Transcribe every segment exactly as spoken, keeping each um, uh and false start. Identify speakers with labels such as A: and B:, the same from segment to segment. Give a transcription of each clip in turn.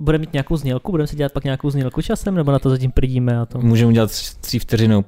A: budeme mít nějakou znělku, budeme si dělat pak nějakou znělku časem, nebo na to zatím prdíme a to?
B: Můžeme udělat tří vteřinou.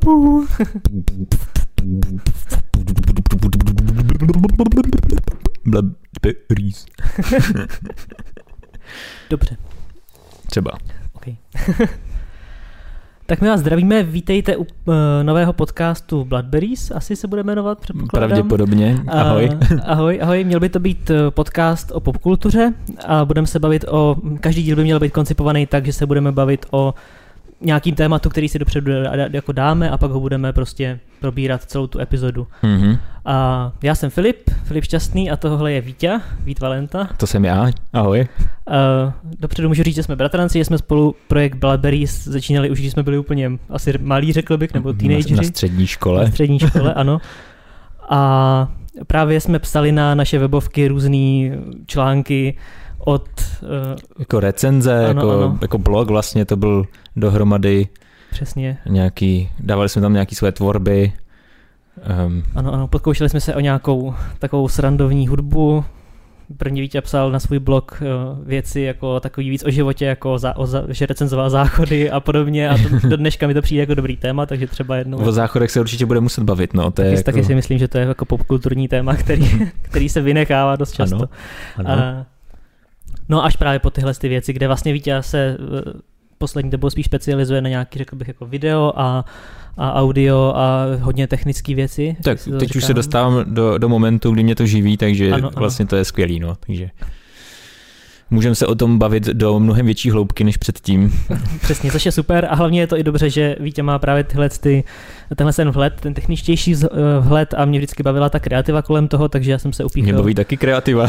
A: Dobře.
B: Třeba.
A: Okay. Tak my vás zdravíme, vítejte u uh, nového podcastu Bloodberries, asi se bude jmenovat, předpokládám.
B: Pravděpodobně, ahoj.
A: Uh, ahoj, ahoj, měl by to být podcast o popkultuře a budeme se bavit o, každý díl by měl být koncipovaný tak, že se budeme bavit o nějakým tématu, který si dopředu jako dáme a pak ho budeme prostě probírat celou tu epizodu.
B: Mm-hmm.
A: A já jsem Filip, Filip Šťastný a tohle je Víťa, Vít Valenta.
B: To jsem já, ahoj.
A: Uh, dopředu můžu říct, že jsme bratranci, že jsme spolu projekt Bloodberries začínali už, když jsme byli úplně asi malí, řekl bych, nebo teenageři.
B: Na střední škole.
A: Na střední škole, ano. A právě jsme psali na naše webovky různý články od... Uh,
B: jako recenze,
A: ano,
B: jako,
A: ano.
B: jako blog vlastně to byl dohromady.
A: Přesně.
B: Nějaký, dávali jsme tam nějaký své tvorby. Um.
A: Ano, ano, podkoušeli jsme se o nějakou takovou srandovní hudbu. První Vítě psal na svůj blog uh, věci jako takový víc o životě, jako za, o za, že recenzoval záchody a podobně a to, do dneška mi to přijde jako dobrý téma, takže třeba jednou...
B: O záchodech se určitě bude muset bavit, no. To je
A: taky,
B: jako...
A: taky si myslím, že to je jako popkulturní téma, který, který se vynechává dost často.
B: Ano, ano.
A: A, no až právě po tyhle ty věci, kde vlastně Vítě se poslední dobou spíš specializuje na nějaký, řekl bych, jako video a, a audio a hodně technické věci.
B: Tak teď říkám. Už se dostávám do, do momentu, kdy mě to živí, takže ano, vlastně ano. To je skvělý, no, takže můžeme se o tom bavit do mnohem větší hloubky než předtím.
A: Přesně, což je super a hlavně je to i dobře, že Vítě má právě tyhle ty, tenhle ten vhled, ten techničtější vhled a mě vždycky bavila ta kreativa kolem toho, takže já jsem se upíchl.
B: Mě baví taky kreativa.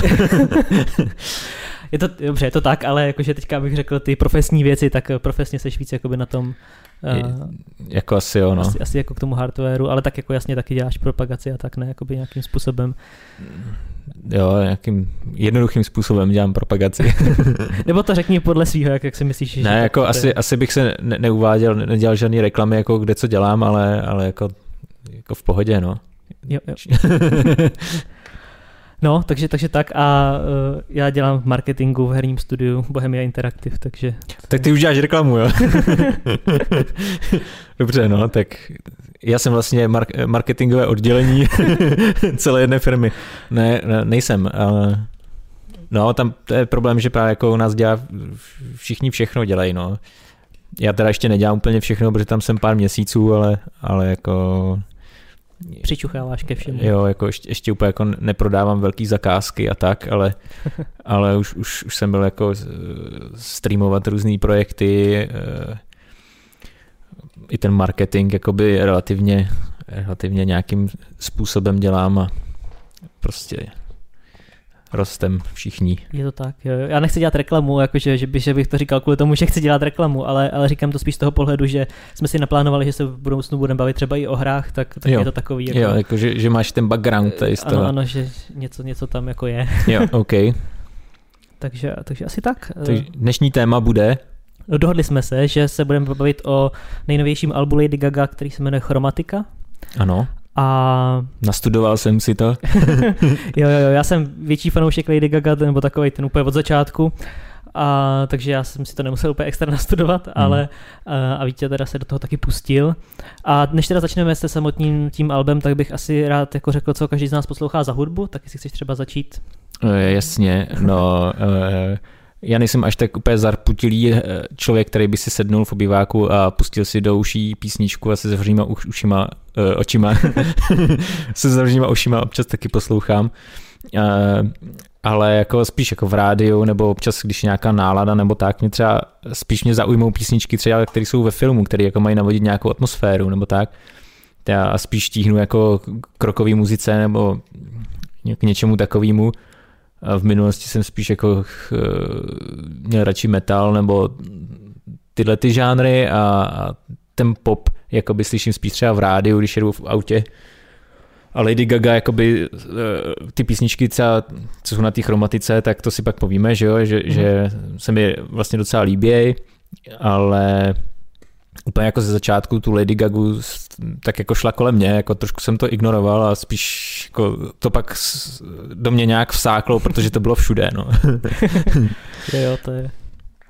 A: Je to, dobře, je to tak, ale jakože teďka bych řekl ty profesní věci, tak profesně seš víc jakoby na tom.
B: Uh, jako asi jo, no.
A: Asi, asi jako k tomu hardwareu, ale tak jako jasně taky děláš propagaci a tak ne, jakoby nějakým způsobem.
B: Jo, nějakým jednoduchým způsobem dělám propagaci.
A: Nebo to řekni podle svýho, jak, jak si myslíš, že...
B: Ne, jako asi, asi bych se ne, neuváděl, nedělal žádný reklamy, jako kde co dělám, ale, ale jako, jako v pohodě, no.
A: Jo, jo. No, takže, takže tak a uh, já dělám v marketingu v herním studiu Bohemia Interactive, takže...
B: Tak ty už děláš reklamu, jo? Dobře, no, tak já jsem vlastně mar- marketingové oddělení celé jedné firmy. Ne, ne nejsem, ale... No, tam to je problém, že právě jako u nás dělá, všichni všechno dělají, no. Já teda ještě nedělám úplně všechno, protože tam jsem pár měsíců, ale, ale jako...
A: Přičucháváš ke všemu.
B: Jo, jako ještě, ještě úplně jako neprodávám velký zakázky a tak, ale, ale už, už, už jsem byl jako streamovat různý projekty, i ten marketing jakoby relativně, relativně nějakým způsobem dělám a prostě rostem všichni.
A: Je to tak, jo. Já nechci dělat reklamu, jakože, že, by, že bych to říkal kvůli tomu, že chci dělat reklamu, ale, ale říkám to spíš z toho pohledu, že jsme si naplánovali, že se v budoucnu budeme bavit třeba i o hrách, tak, tak je to takový. Jako,
B: jo, jako že, že máš ten background tady z toho.
A: Ano, ano, že něco, něco tam jako je.
B: Jo, OK.
A: takže, takže asi tak.
B: Takže dnešní téma bude...
A: No, dohodli jsme se, že se budeme bavit o nejnovějším albu Lady Gaga, který se jmenuje Chromatica.
B: Ano.
A: A...
B: Nastudoval jsem si to.
A: jo, jo, jo, já jsem větší fanoušek Lady Gaga, nebo takovej ten úplně od začátku, a, takže já jsem si to nemusel úplně extra nastudovat, hmm. ale a, a Vítě teda se do toho taky pustil. A než teda začneme se samotným tím albem, tak bych asi rád jako řekl, co každý z nás poslouchá za hudbu, tak jestli chceš třeba začít.
B: Jasně, no... Uh... Já nejsem až tak úplně zarputilý člověk, který by si sednul v obýváku a pustil si do uší písničku a se zavřenýma ušima, uh, očima. se zavřenýma ušima občas taky poslouchám. Uh, ale jako spíš jako v rádiu nebo občas, když je nějaká nálada nebo tak, mě třeba spíš mě zaujmou písničky třeba, které jsou ve filmu, které jako mají navodit nějakou atmosféru nebo tak. Já spíš tíhnu jako k rockové muzice nebo k něčemu takovému. V minulosti jsem spíš jako měl radši metal nebo tyhle ty žánry a ten pop jakoby slyším spíš třeba v rádiu, když jedu v autě. A Lady Gaga, jakoby ty písničky třeba, co jsou na té Chromatice, tak to si pak povíme, že jo, že, mm. že se mi vlastně docela líbí, ale úplně jako ze začátku tu Lady Gagu tak jako šla kolem mě, jako trošku jsem to ignoroval a spíš jako to pak do mě nějak vsáklo, protože to bylo všude, no.
A: jo, to je.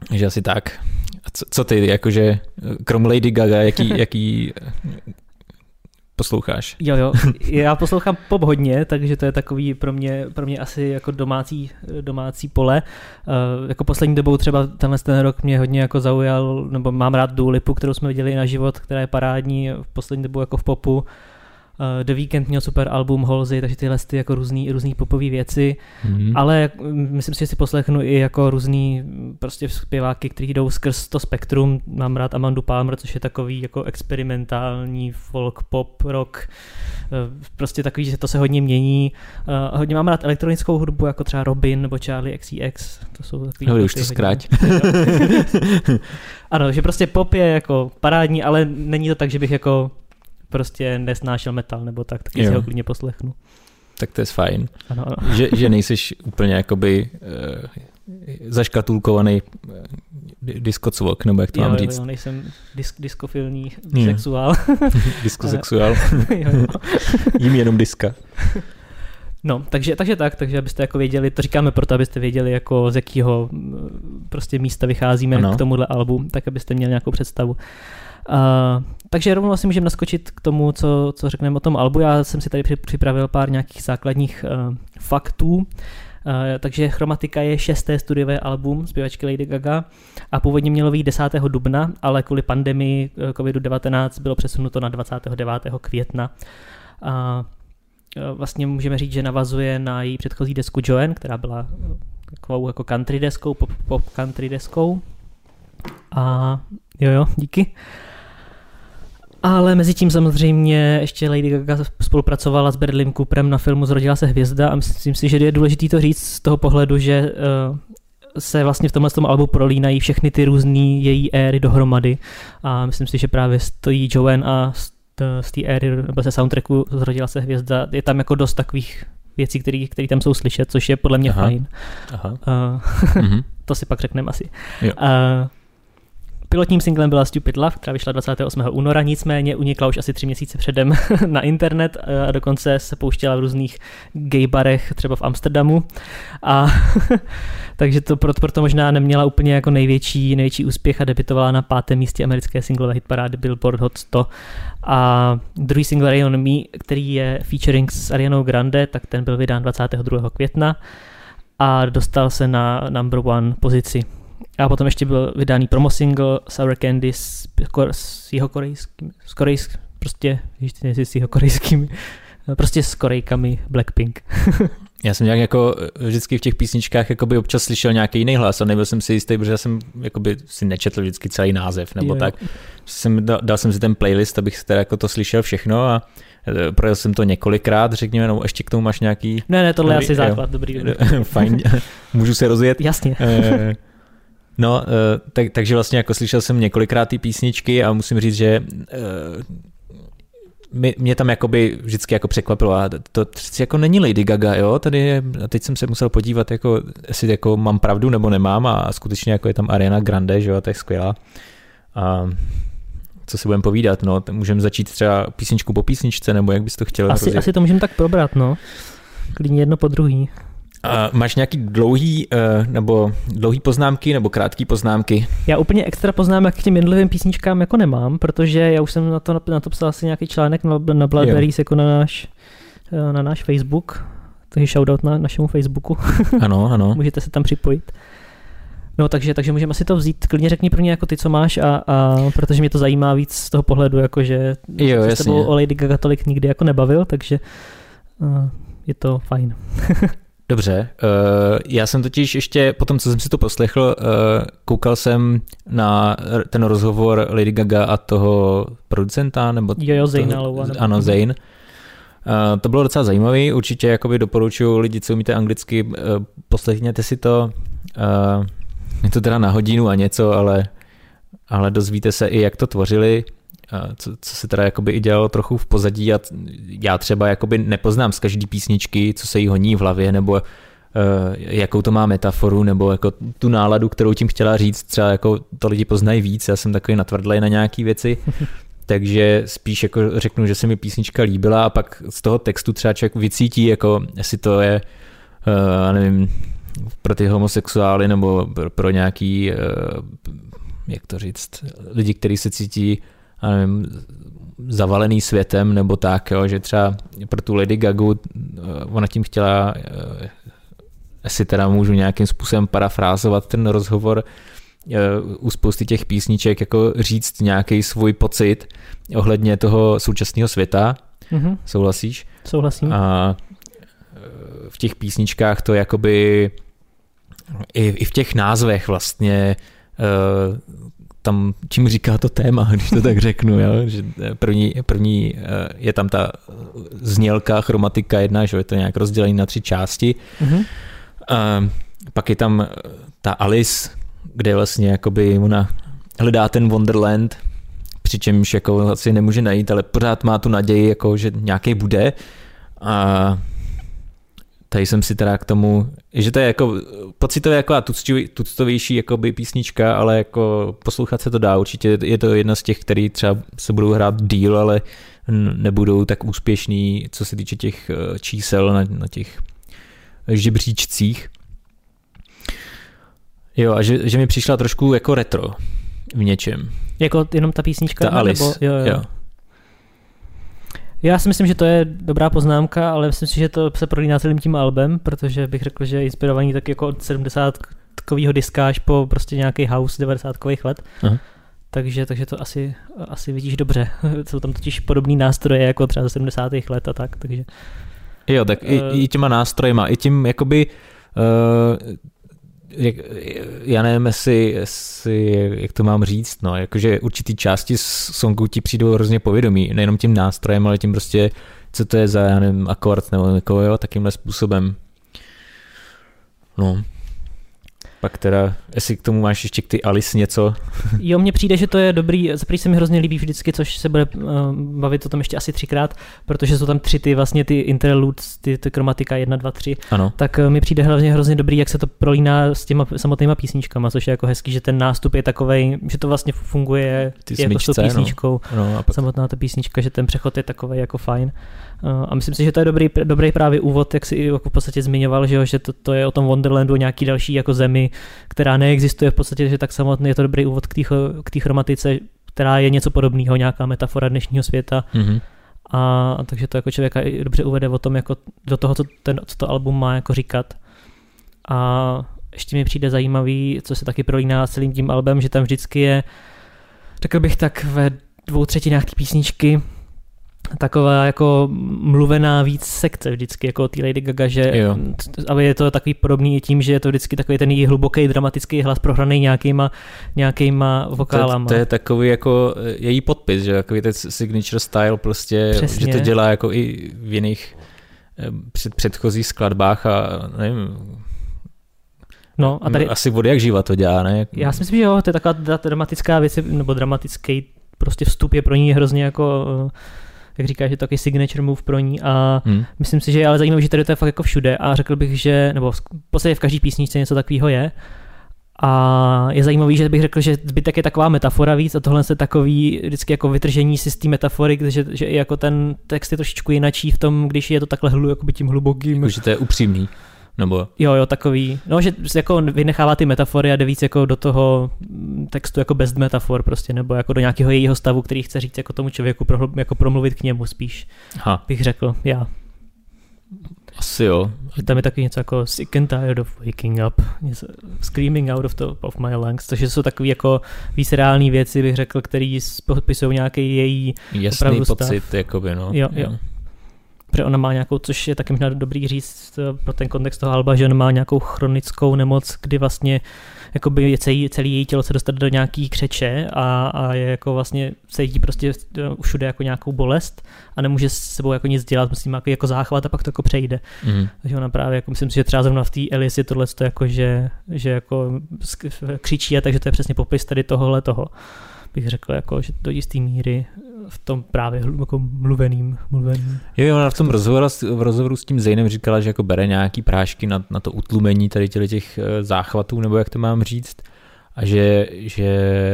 B: že asi tak. A co, co ty, jakože krom Lady Gaga, jaký, jaký posloucháš?
A: Jo, jo, já poslouchám pop hodně, takže to je takový pro mě, pro mě asi jako domácí, domácí pole. Uh, jako poslední dobou třeba tenhle ten rok mě hodně jako zaujal, nebo mám rád Dua Lipu, kterou jsme viděli na život, která je parádní v poslední dobu jako v popu. Uh, The Weeknd měl super album Halsey, takže tyhle ty jako různý, různý popové věci, mm-hmm. ale myslím si, že si poslechnu i jako různý prostě zpěváky, kteří jdou skrz to spektrum. Mám rád Amandu Palmer, což je takový jako experimentální folk, pop, rock, uh, prostě takový, že to se hodně mění. Uh, hodně mám rád elektronickou hudbu, jako třeba Robin nebo Charlie X C X. To jsou takový...
B: No, už to zkráť.
A: Ano, že prostě pop je jako parádní, ale není to tak, že bych jako prostě nesnášel metal, nebo tak, taky jo. si ho klidně poslechnu.
B: Tak to je fajn.
A: Ano, ano.
B: Že, že nejsiš úplně jakoby uh, zaškatulkovaný uh, diskocvok, nebo jak to
A: jo,
B: mám říct.
A: Jo, nejsem disk, diskofilní
B: jo.
A: sexuál.
B: Diskosexuál.
A: jo, jo.
B: Jím jenom diska.
A: No, takže, takže tak, takže abyste jako věděli, to říkáme proto, abyste věděli, jako z jakého prostě místa vycházíme ano. k tomuhle albu, tak abyste měli nějakou představu. Uh, takže rovnou si můžeme naskočit k tomu, co, co řekneme o tom albu. Já jsem si tady připravil pár nějakých základních uh, faktů. Uh, takže Chromatica je šesté studiové album zpěvačky Lady Gaga a původně mělo být desátého dubna, ale kvůli pandemii covid devatenáct bylo přesunuto na dvacátého devátého května. Uh, vlastně můžeme říct, že navazuje na její předchozí desku Joanne, která byla takovou jako country deskou, pop, pop country deskou. A jo, jo, díky. Ale mezi tím samozřejmě ještě Lady Gaga spolupracovala s Bradleym Cooperem na filmu Zrodila se hvězda a myslím si, že je důležité to říct z toho pohledu, že uh, se vlastně v tomhle tom albu prolínají všechny ty různé její éry dohromady a myslím si, že právě stojí Joanne a z té éry, nebo ze soundtracku Zrodila se hvězda, je tam jako dost takových věcí, které tam jsou slyšet, což je podle mě Aha. fajn. Aha. Uh, mm-hmm. To si pak řekneme asi. Jo. Uh, Pilotním singlem byla Stupid Love, která vyšla dvacátého osmého února, nicméně unikla už asi tři měsíce předem na internet a dokonce se pouštěla v různých gay barech, třeba v Amsterdamu. A takže to proto, proto možná neměla úplně jako největší, největší úspěch a debutovala na pátém místě americké singlové hitparády Billboard Hot sto. A druhý single Rain on Me, který je featuring s Arianou Grande, tak ten byl vydán dvacátého druhého května a dostal se na number one pozici. A potom ještě byl vydaný promo single Sour Candy s, s jeho korejskými, s korejskými, prostě, ještě s jeho korejskými, prostě s Korejkami Blackpink.
B: Já jsem nějak jako vždycky v těch písničkách jakoby občas slyšel nějaký jiný hlas a nebyl jsem si jistý, protože já jsem jakoby si nečetl vždycky celý název nebo jo. tak. Jsem, dal, dal jsem si ten playlist, abych si teda jako to slyšel všechno a projel jsem to několikrát, řekněme, no ještě k tomu máš nějaký...
A: Ne, ne, tohle je asi základ, dobrý. dobrý.
B: Fajn, můžu se rozjet?
A: Jasně.
B: No, uh, tak, takže vlastně jako slyšel jsem několikrát ty písničky a musím říct, že uh, mě, mě tam jakoby vždycky jako překvapilo a to, to jako není Lady Gaga, jo, tady je, a teď jsem se musel podívat, jako, jestli jako mám pravdu nebo nemám a skutečně jako je tam Ariana Grande, že jo, to je skvělá. A co si budeme povídat, no, můžeme začít třeba písničku po písničce, nebo jak bys to chtěl
A: asi, asi to můžeme tak probrat, no, klidně jedno po druhý.
B: A máš nějaký dlouhý, nebo dlouhý poznámky nebo krátký poznámky?
A: Já úplně extra poznámek k těm jednotlivým písničkám jako nemám, protože já už jsem na to, na to psal asi nějaký článek na, na Blackberries jako na náš, na náš Facebook, takže shoutout na našemu Facebooku.
B: Ano, ano.
A: Můžete se tam připojit. No takže, takže můžeme si to vzít, klidně řekni pro mě jako ty, co máš a, a protože mě to zajímá víc z toho pohledu, jakože se s tebou o Lady Gaga tolik nikdy jako nebavil, takže uh, je to fajn.
B: Dobře, uh, já jsem totiž ještě, po tom, co jsem si to poslechl, uh, koukal jsem na ten rozhovor Lady Gaga a toho producenta, nebo...
A: Jo, jo, Zayna Lowa.
B: Ano, Zayn. Uh, to bylo docela zajímavý, určitě jakoby doporučuji lidi, co umíte anglicky, uh, poslechněte si to. Uh, je to teda na hodinu a něco, ale, ale dozvíte se i, jak to tvořili, co, co se teda jakoby i dělalo trochu v pozadí a já třeba jakoby nepoznám z každý písničky, co se jí honí v hlavě, nebo uh, jakou to má metaforu, nebo jako tu náladu, kterou tím chtěla říct, třeba jako to lidi poznají víc, já jsem takový natvrdlej na nějaký věci, takže spíš jako řeknu, že se mi písnička líbila a pak z toho textu třeba člověk vycítí, jako jestli to je, uh, nevím, pro ty homosexuály nebo pro nějaký, jak to říct, lidi, kteří se cítí, já nevím, zavalený světem nebo tak, jo, že třeba pro tu Lady Gagu ona tím chtěla, jestli teda můžu nějakým způsobem parafrázovat ten rozhovor, u spousty těch písniček jako říct nějaký svůj pocit ohledně toho současného světa. Mm-hmm. Souhlasíš?
A: Souhlasím.
B: A v těch písničkách to jakoby i, i v těch názvech vlastně tam, čím říká to téma, když to tak řeknu, jo? Že první, první je tam ta znělka, chromatika jedna, že je to nějak rozdělený na tři části. Mm-hmm. A pak je tam ta Alice, kde vlastně jakoby ona hledá ten Wonderland, přičemž jako asi nemůže najít, ale pořád má tu naději, jako, že nějaký bude. A tady jsem si teda k tomu, že to je jako pocitově jako tuctovější jakoby písnička, ale jako poslouchat se to dá. Určitě je to jedna z těch, který třeba se budou hrát díl, ale nebudou tak úspěšný, co se týče těch čísel na, na těch žebříčcích. Jo, a že, že mi přišla trošku jako retro v něčem.
A: Jako jenom ta písnička?
B: Ta Alice,
A: nebo, jo, jo.
B: jo.
A: Já si myslím, že to je dobrá poznámka, ale myslím si, že to se prolíná celým tím albem, protože bych řekl, že je inspirovaný tak jako od sedmdesátkovýho diska až po prostě nějaký house devadesátkových let. Aha. Takže, takže to asi, asi vidíš dobře. Jsou tam totiž podobný nástroje jako třeba ze sedmdesátých let a tak, takže...
B: Jo, tak uh, i, i těma nástrojema, i tím jakoby... Uh, Jak, já nevím, jestli, jestli, jak to mám říct, no, jakože určitý části songu ti přijdou hrozně povědomí, nejenom tím nástrojem, ale tím prostě, co to je za, já nevím, akord nebo jako, jo, takýmhle způsobem. No. Pak teda, jestli k tomu máš ještě k ty Alice něco.
A: Jo, mně přijde, že to je dobrý, zaprý se mi hrozně líbí vždycky, což se bude uh, bavit o tom ještě asi třikrát, protože jsou tam tři ty vlastně ty interludes, ty, ty chromatika jedna, dva, tři.
B: Ano.
A: Tak uh, mi přijde hlavně hrozně dobrý, jak se to prolíná s těma samotnýma písničkama, což je jako hezký, že ten nástup je takovej, že to vlastně funguje ty jako smyčce, s tou písničkou.
B: No. No, a pak...
A: Samotná ta písnička, že ten přechod je takovej jako fajn. Uh, a myslím si, že to je dobrý, dobrý právě úvod, jak si jako v podstatě zmiňoval, že, jo, že to, to je o tom Wonderlandu, nějaký další jako zemi, která neexistuje v podstatě, že tak samotný je to dobrý úvod k té chromatice, která je něco podobného, nějaká metafora dnešního světa. Mm-hmm. A, a takže to jako člověka dobře uvede o tom, jako do toho, co, ten, co to album má jako říkat. A ještě mi přijde zajímavý, co se taky prolíná celým tím albem, že tam vždycky je, řekl bych tak ve dvou třetinách té písničky, taková jako mluvená víc sekce vždycky, jako ty Lady Gaga, že aby je to takový podobný i tím, že je to vždycky takový ten její hluboký dramatický hlas prohraný nějakýma, nějakýma vokálama.
B: To, to je takový jako její podpis, že takový ten signature style prostě, přesně. Že to dělá jako i v jiných před, předchozích skladbách a nevím,
A: no, a tady,
B: asi od jak živa to dělá, ne?
A: Já si myslím, že jo, to je taková dramatická věc, nebo dramatický prostě vstup je pro ní hrozně jako, jak říkáš, je to takový signature move pro ní a hmm. myslím si, že je ale zajímavé, že tady to je fakt jako všude a řekl bych, že, nebo v podstatě v každý písničce něco takového je a je zajímavý, že bych řekl, že zbytek je taková metafora víc a tohle je takový vždycky jako vytržení si z té metafory, že, že i jako ten text je trošičku jinačí v tom, když je to takhle hlu, jakoby tím hlubokým.
B: Jako, že to je upřímný. Nebo...
A: Jo, jo, takový, no, že jako vynechává ty metafory a jde víc jako do toho textu jako bez metafor prostě, nebo jako do nějakého jejího stavu, který chce říct jako tomu člověku, pro, jako promluvit k němu spíš, ha. bych řekl, já.
B: Asi jo.
A: Že tam je taky něco jako sick and tired of waking up, něco, screaming out of, the, of my lungs, takže jsou takové jako víc reální věci, bych řekl, který popisují nějaký její
B: jasný pocit, stav. Jakoby, no.
A: Jo, jo. Protože ona má nějakou, což je taky možná dobrý říct pro ten kontext toho alba, že ona má nějakou chronickou nemoc, kdy vlastně jakoby je celý, celý její tělo se dostane do nějaký křeče a, a je jako vlastně se jí prostě všude jako nějakou bolest a nemůže s sebou jako nic dělat, musí mít jako záchvat a pak to jako přejde. Mm. Takže ona právě, jako myslím si, že třeba zrovna v té Alice je tohle jako, že, že jako křičí a takže to je přesně popis tady tohohle toho. Bych řekl, jako, že do jistý míry v tom právě jako mluveným, mluveným.
B: Jo, ona v tom rozhovoru, v rozhovoru s tím Zainem říkala, že jako bere nějaký prášky na, na to utlumení tady těch záchvatů, nebo jak to mám říct, a že, že,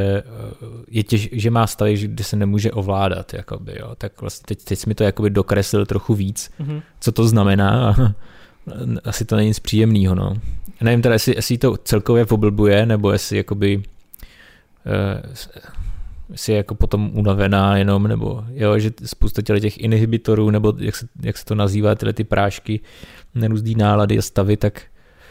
B: je těž, že má stavy, kde se nemůže ovládat, jakoby, jo. Tak vlastně teď, teď jsi mi to jakoby dokreslil trochu víc, mm-hmm. co to znamená a asi to není nic příjemného, no. Nevím teda, jestli, jestli to celkově oblbuje, nebo jestli jakoby uh, jestli je jako potom unavená jenom, nebo jo, že spousta těch inhibitorů, nebo jak se, jak se to nazývá, tyhle ty prášky, nerůzný nálady a stavy, tak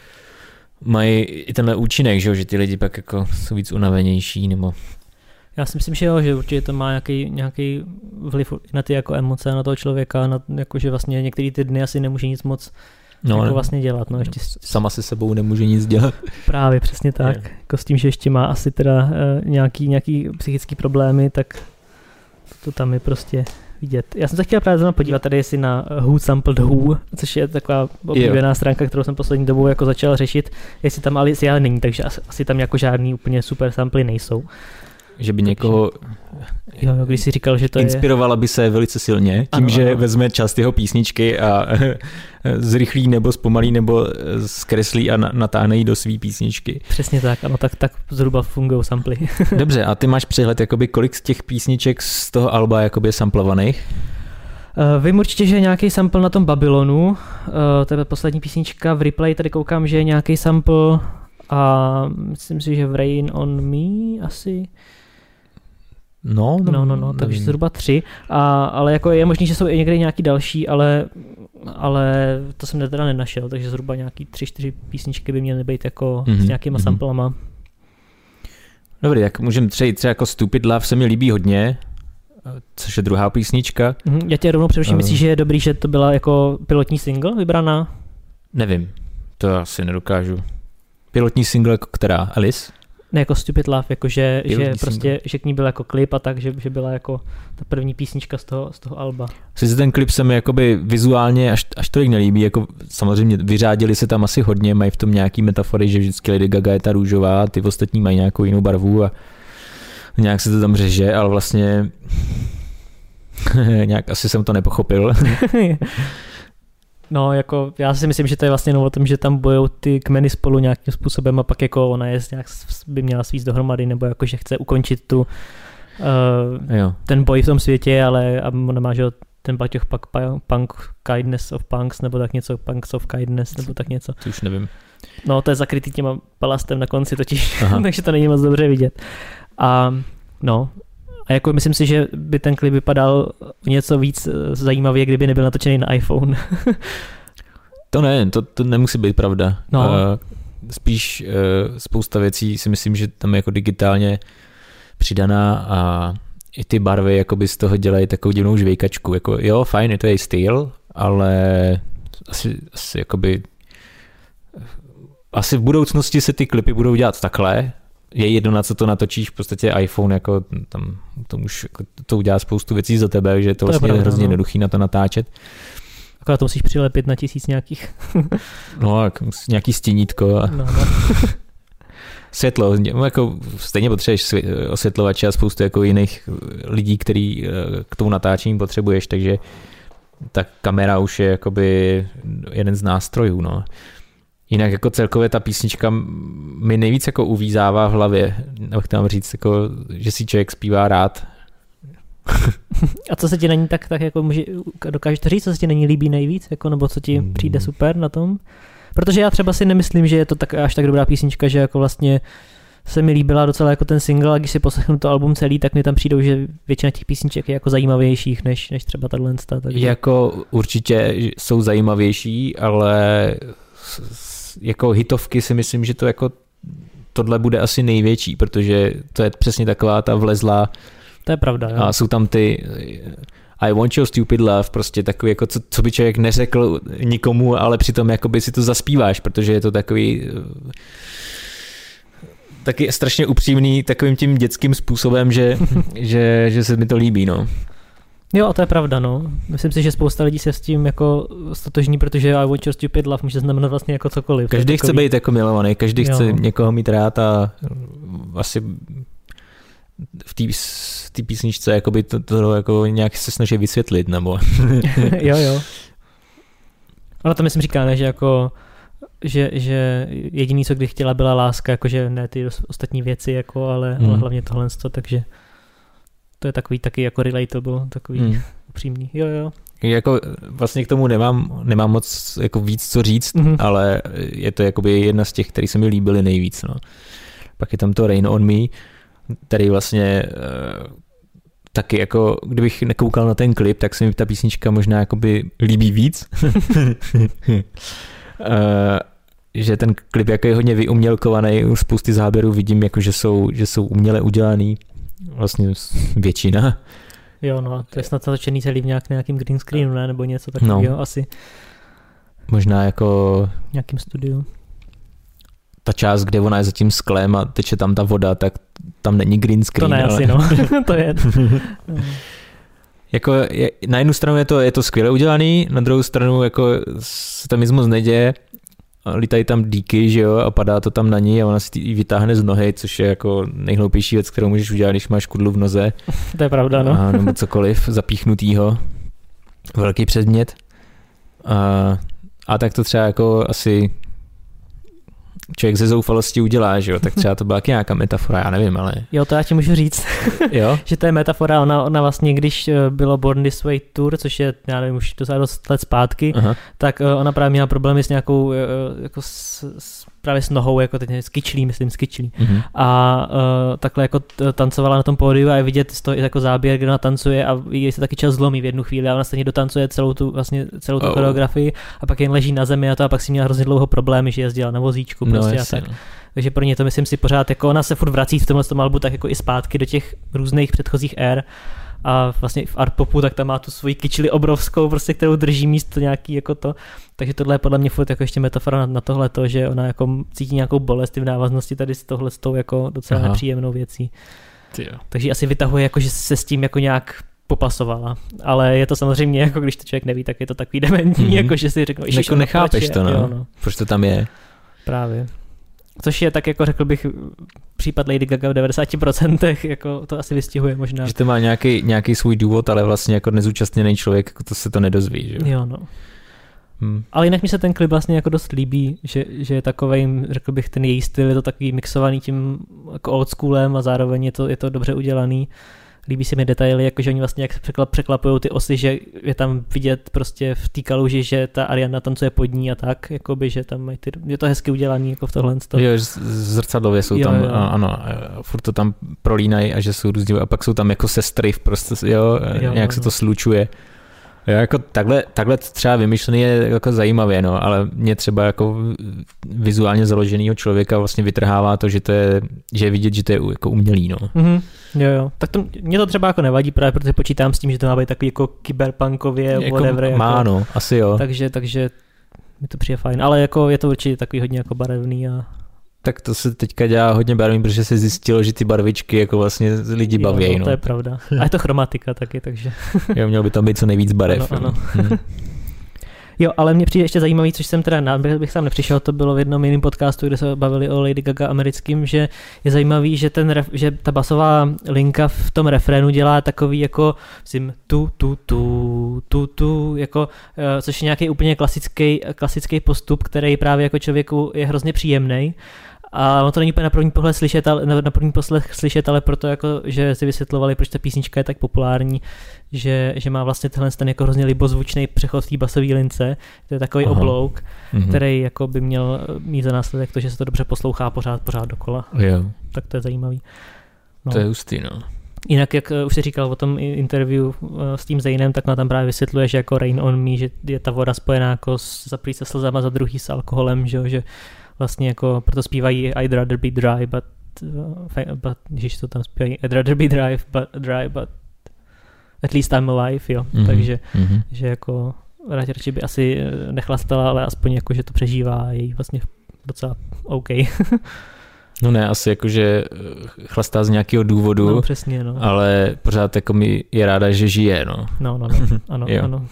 B: mají i tenhle účinek, že, že ty lidi pak jako jsou víc unavenější, nebo...
A: Já si myslím, že jo, že určitě to má nějaký, nějaký vliv na ty jako emoce, na toho člověka, na, jako že vlastně některé ty dny asi nemůže nic moc no, jako vlastně dělat. No, ještě
B: sama se sebou nemůže nic dělat.
A: Právě, přesně tak. Je. Jako s tím, že ještě má asi teda uh, nějaký, nějaký psychický problémy, tak to tam je prostě vidět. Já jsem se chtěl právě zrovna podívat tady jestli na Who Sampled Who, což je taková oblíbená stránka, kterou jsem poslední dobou jako začal řešit, jestli tam ale, ale není, takže asi, asi tam jako žádný úplně super samply nejsou.
B: Že by někoho
A: jo, jo, když jsi říkal, že to
B: inspirovala by se velice silně tím, ano, že ano. vezme část jeho písničky a zrychlí nebo zpomalí nebo zkreslí a natáhne ji do svý písničky.
A: Přesně tak, ano, tak, tak zhruba fungují samply.
B: Dobře, a ty máš přehled, jakoby, kolik z těch písniček z toho alba jakoby je samplovaných?
A: Uh, vím určitě, že je nějaký sample na tom Babylonu, uh, to je poslední písnička, v Replay tady koukám, že je nějaký sample a myslím si, že v Rain on Me asi...
B: No,
A: no, no, no, no takže zhruba tři, a, ale jako je možný, že jsou i někde nějaký další, ale, ale to jsem teda nenašel, takže zhruba nějaký tři, čtyři písničky by měly být jako mm-hmm, s nějakýma mm-hmm. samplama.
B: Dobrý, tak můžeme třeba, třeba jako Stupid Love se mi líbí hodně, což je druhá písnička.
A: Mm-hmm, já tě rovnou přeruším, uh. myslíš, že je dobrý, že to byla jako pilotní single vybraná?
B: Nevím, to asi nedokážu. Pilotní single jako která? Alice?
A: Ne, jako Stupid Love, jako že, že prostě, že k ní byl jako klip a tak, že, že byla jako ta první písnička z toho, z toho alba.
B: Sice ten klip se mi jakoby vizuálně až, až tolik nelíbí, jako samozřejmě vyřádili se tam asi hodně, mají v tom nějaký metafory, že vždycky Lady Gaga je ta růžová, ty ostatní mají nějakou jinou barvu a nějak se to tam řeže, ale vlastně nějak asi jsem to nepochopil.
A: No, jako já si myslím, že to je vlastně no o tom, že tam bojou ty kmeny spolu nějakým způsobem a pak jako ona je nějak by měla svízt dohromady, nebo jako že chce ukončit tu uh,
B: jo.
A: ten boj v tom světě, ale a ona má, že ten baťoch pak punk kindness of punks, nebo tak něco, punks of kindness, nebo tak něco.
B: To už nevím.
A: No, to je zakrytý těma balastem na konci totiž, takže to není moc dobře vidět. A no, a jako myslím si, že by ten klip vypadal něco víc zajímavě, kdyby nebyl natočený na iPhone.
B: To ne, to, to nemusí být pravda.
A: No.
B: Uh, spíš uh, spousta věcí si myslím, že tam je jako digitálně přidaná a i ty barvy jakoby z toho dělají takovou divnou žvejkačku. Jako, jo, fajn, je to její styl, ale asi, asi jakoby asi v budoucnosti se ty klipy budou dělat takhle. Je jedno, na co to natočíš, v podstatě iPhone, jako tam to, už, jako, to udělá spoustu věcí za tebe, že je to, to vlastně je pravda, hrozně no. jednoduchý na to natáčet.
A: Akorát to musíš přilepit na tisíc nějakých.
B: No, jako, nějaký stěnítko a no, no. světlo, jako stejně potřebuješ osvětlovače a spoustu jako jiných lidí, který k tomu natáčení potřebuješ, takže ta kamera už je jakoby jeden z nástrojů, no. Jinak jako celkově ta písnička mi nejvíc jako uvízává v hlavě, nebo chtěl říct, jako, že si člověk zpívá rád.
A: A co se ti na ní tak, tak jako může, dokážeš to říct, co se ti na ní líbí nejvíc, jako, nebo co ti hmm. přijde super na tom? Protože já třeba si nemyslím, že je to tak, až tak dobrá písnička, že jako vlastně se mi líbila docela jako ten single, a když si poslechnu to album celý, tak mi tam přijdou, že většina těch písniček je jako zajímavějších, než, než třeba tato lensta. Takže...
B: Jako určitě jsou zajímavější, ale jako hitovky si myslím, že to jako tohle bude asi největší, protože to je přesně taková ta vlezlá.
A: To je pravda. Jo.
B: A jsou tam ty I want your stupid love, prostě takový, jako co, co by člověk neřekl nikomu, ale přitom jakoby si to zaspíváš, protože je to takový taky strašně upřímný takovým tím dětským způsobem, že, že, že se mi to líbí, no.
A: Jo, a to je pravda, no. Myslím si, že spousta lidí se s tím jako stotožní, protože I want your stupid love může znamenat vlastně jako cokoliv.
B: Každý chce být jako milovaný, každý jo. chce někoho mít rád a asi v té v písničce jakoby to, to jako nějak se snaží vysvětlit, nebo...
A: jo, jo. Ona to myslím říká, ne, že jako že, že jediný, co kdy chtěla, byla láska, jakože ne ty ostatní věci, jako, ale, mm. ale hlavně tohle, takže to je takový taky jako relatable, takový mm. upřímný. Jo, jo.
B: Jako vlastně k tomu nemám, nemám moc jako víc co říct, mm-hmm. ale je to jakoby jedna z těch, které se mi líbily nejvíc. No. Pak je tam to Rain on Me, který vlastně uh, taky jako, kdybych nekoukal na ten klip, tak se mi ta písnička možná jakoby líbí víc. uh, že ten klip jako je hodně vyumělkovaný, u spousty záběrů vidím, jako, že, jsou, že jsou uměle udělaný, vlastně většina.
A: Jo, no, to je snad natočený celý v nějak, nějakým green screenu, ne? Nebo něco takového no. asi.
B: Možná jako...
A: Nějakým studiu.
B: Ta část, kde ona je za tím sklem a teče tam ta voda, tak tam není green screen.
A: To ne,
B: ale...
A: asi, no. to je.
B: Jako je, na jednu stranu je to, je to skvěle udělaný, na druhou stranu jako se tam nic moc neděje. Lítají tam díky, že jo, a padá to tam na ní a ona si ji vytáhne z nohy, což je jako nejhloupější věc, kterou můžeš udělat, když máš kudlu v noze.
A: To je pravda, no.
B: A nebo cokoliv zapíchnutýho. Velký předmět. A, a tak to třeba jako asi člověk ze zoufalosti udělá, že jo, tak třeba to byla nějaká metafora, já nevím, ale...
A: Jo, to já ti můžu říct,
B: jo?
A: že to je metafora, ona, ona vlastně, když bylo Born This Way Tour, což je, já nevím, už to dost let zpátky, aha. tak ona právě měla problémy s nějakou, jako s, s, právě s nohou, jako teď s kyčlí, myslím, s kyčlí. Mm-hmm. A uh, takhle jako tancovala na tom pódiu a je vidět z toho i jako záběr, kde ona tancuje a jí se taky čas zlomí v jednu chvíli a ona stejně dotancuje celou tu, vlastně celou tu oh. choreografii a pak jen leží na zemi a to a pak si měla hrozně dlouho problémy, že jezdila na vozíčku prostě no, a tak. No. Takže pro ně to myslím si pořád, jako ona se furt vrací v tomhle tom albu tak jako i zpátky do těch různých předchozích ér a vlastně v art popu tak tam má tu svoji kyčli obrovskou, prostě, kterou drží místo nějaký jako to, takže tohle je podle mě furt jako ještě metafora na, na tohle to, že ona jako cítí nějakou bolest v návaznosti tady s tohle s tou jako docela Aha. nepříjemnou věcí. Tyjo. Takže asi vytahuje jako, že se s tím jako nějak popasovala, ale je to samozřejmě jako když to člověk neví, tak je to takový dementní, mm-hmm. jako že si řekl, ježiš,
B: jako nechápeš to, no.
A: Jo, no.
B: Proč to tam je?
A: Právě. Což je tak jako řekl bych případ Lady Gaga v devadesát procent, jako to asi vystihuje možná. Že
B: to má nějaký, nějaký svůj důvod, ale vlastně jako nezúčastněný člověk jako to se to nedozví, že?
A: Jo, no. Hmm. Ale jinak mi se ten klip vlastně jako dost líbí, že, že je takovej, řekl bych, ten její styl je to takový mixovaný tím jako old schoolem a zároveň je to, je to dobře udělaný. Líbí se mi detaily, jakože oni vlastně jak se překlapují ty osy, že je tam vidět prostě v té kaluži, že ta Ariana tancuje pod ní a tak, jakoby, že tam mají ty, je to hezky udělaný jako v tohle.
B: Jo, zrcadlově jsou jo, tam, jo. ano, furt to tam prolínají a že jsou různě, a pak jsou tam jako sestry, prostě, jo, jo nějak jo, se to slučuje. Jo, jako takhle, takhle třeba vymyšlený je jako zajímavě, no, ale mě třeba jako vizuálně založenýho člověka vlastně vytrhává to, že to je, že je vidět, že to je jako umělý, no.
A: Mm-hmm. Jo, jo. Tak to mě to třeba jako nevadí, právě protože počítám s tím, že to má být takový jako kyberpunkově, jako whatever.
B: Má,
A: jako,
B: no, asi jo.
A: Takže, takže mi to přijde fajn, ale jako je to určitě takový hodně jako barevný a...
B: Tak to se teďka dělá hodně barevný, protože se zjistilo, že ty barvičky jako vlastně lidi baví.
A: Jo, no,
B: no.
A: To je pravda. A je to chromatika taky, takže...
B: Jo, mělo by tam být co nejvíc barev.
A: Ano, ano. Hmm. Jo, ale mě přijde ještě zajímavý, což jsem teda, bych tam nepřišel, to bylo v jednom jiném podcastu, kde se bavili o Lady Gaga americkým, že je zajímavý, že, ten ref, že ta basová linka v tom refrénu dělá takový jako, myslím, tu, tu, tu, tu, tu, jako, což je nějaký úplně klasický, klasický postup, který právě jako člověku je hrozně příjemný. A ono to není úplně na první pohled slyšet, ale, na první poslech slyšet, ale proto, jako, že si vysvětlovali, proč ta písnička je tak populární, že, že má vlastně tenhle ten jako hrozně libozvučný přechod v té basové lince. To je takový Aha. oblouk, mm-hmm. který jako by měl mít za následek to, že se to dobře poslouchá pořád, pořád dokola.
B: Jo.
A: Tak to je zajímavý. No.
B: To je hustý, no.
A: Jinak, jak už jsi říkal o tom interview s tím Zainem, tak ona tam právě vysvětluje, že jako Rain on Me, že je ta voda spojená jako za první se slzama, za druhý s alkoholem, že, že vlastně jako proto zpívají I'd rather be dry, but, uh, but ježiš, to tam zpívají I'd rather be dry, but, dry, but at least I'm alive, jo. Mm-hmm. Takže mm-hmm. že jako radši by asi nechlastala, ale aspoň jako, že to přežívá a je jí vlastně docela OK.
B: No ne, asi jako, že chlastá z nějakého důvodu,
A: no, přesně, no.
B: Ale pořád jako mi je ráda, že žije, no.
A: No, no, no, ano, ano.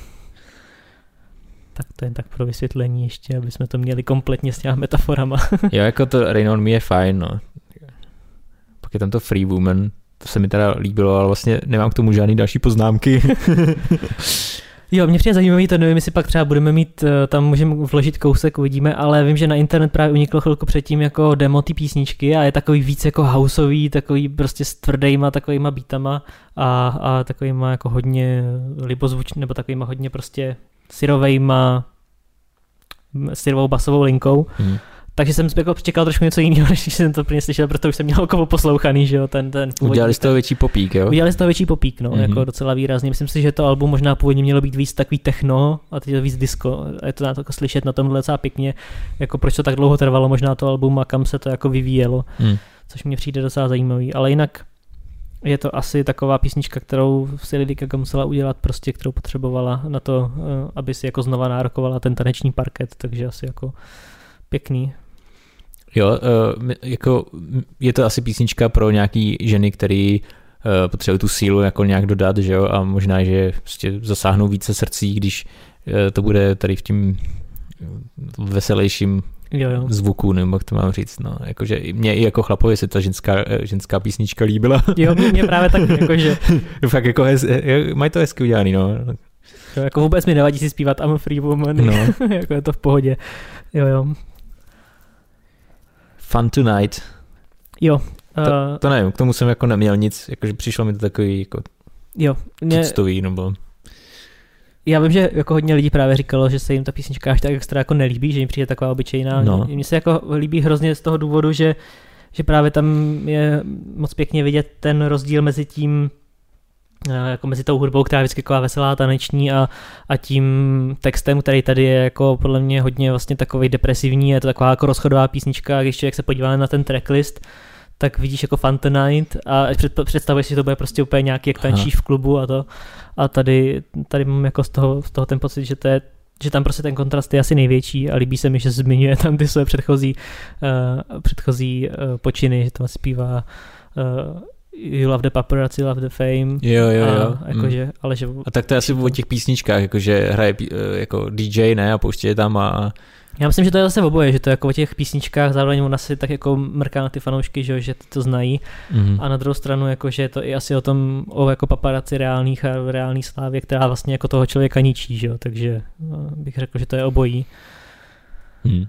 A: Tak to jen tak pro vysvětlení ještě, aby jsme to měli kompletně s těma metaforama.
B: Jo, jako to Rain on Me je fajn, no. Pak je tam to Free Woman, to se mi teda líbilo, ale vlastně nemám k tomu žádný další poznámky.
A: Jo, mě přijde zajímavý, to nevím, jestli pak třeba budeme mít, tam můžeme vložit kousek, uvidíme, ale vím, že na internet právě uniklo chvilku předtím jako demo ty písničky a je takový víc jako houseový, takový prostě s tvrdejma takovýma beatama a, a takovýma jako hodně libozvučný, nebo takovýma hodně prostě syrovejma, syrovou basovou linkou. Hmm. Takže jsem jako čekal trošku něco jiného, než jsem to plně slyšel, protože už jsem měl jako poslouchaný, že jo, ten, ten
B: Udělali z toho větší popík, jo?
A: Udělali z toho větší popík, no, mm-hmm. jako docela výrazně. Myslím si, že to album možná původně mělo být víc takový techno a teď je to víc disco. A je to na to jako slyšet na tomhle docela pěkně, jako proč to tak dlouho trvalo možná to album a kam se to jako vyvíjelo, mm. což mě přijde docela zajímavý. Ale jinak je to asi taková písnička, kterou si Lady Gaga musela udělat prostě, kterou potřebovala na to, aby si jako znova nárokovala ten taneční parket, takže asi jako pěkný.
B: Jo, jako je to asi písnička pro nějaký ženy, který potřebují tu sílu jako nějak dodat, že jo, a možná, že prostě zasáhnou více srdcí, když to bude tady v tím veselějším jo, jo. zvuku, nebo jak to mám říct, no, jakože mě i jako chlapovi se ta ženská, ženská písnička líbila.
A: Jo, mě právě taky, jakože.
B: Fakt jako hez, mají to hezky udělaný, no.
A: Jo, jako vůbec mi nevadí si zpívat I'm a free woman, no. Jako je to v pohodě, jo, jo.
B: Fun Tonight.
A: Jo. Uh,
B: to, to nevím, k tomu jsem jako neměl nic, jakože přišlo mi to takový jako
A: jo, mě,
B: tuctový, nebo...
A: Já vím, že jako hodně lidí právě říkalo, že se jim ta písnička až tak extra jako nelíbí, že jim přijde taková obyčejná.
B: No.
A: Mně se jako líbí hrozně z toho důvodu, že, že právě tam je moc pěkně vidět ten rozdíl mezi tím, jako mezi tou hudbou, která je vždycky taková veselá, taneční a, a tím textem, který tady je jako podle mě hodně vlastně takový depresivní, je to taková jako rozchodová písnička, a když člověk se podívá na ten tracklist, tak vidíš jako Fun Tonight a představuješ si, že to bude prostě úplně nějaký, jak tančíš v klubu a to. A tady, tady mám jako z toho, z toho ten pocit, že to je, že tam prostě ten kontrast je asi největší a líbí se mi, že zmiňuje tam ty své předchozí, uh, předchozí uh, počiny, že tam zpívá uh, You love the paparazzi, love the fame.
B: Jo, jo, jo.
A: A, jakože, mm. ale že,
B: a tak to je asi o těch písničkách, jakože hraje jako D J, ne, a pouští je tam a...
A: Já myslím, že to je zase oboje, že to je jako o těch písničkách, zároveň ona si tak jako mrká na ty fanoušky, že, že to znají. Mm-hmm. A na druhou stranu, jako, že je to i asi o tom, o jako paparazzi reálných a reální slávě, která vlastně jako toho člověka ničí, že? Takže bych řekl, že to je obojí. Mm.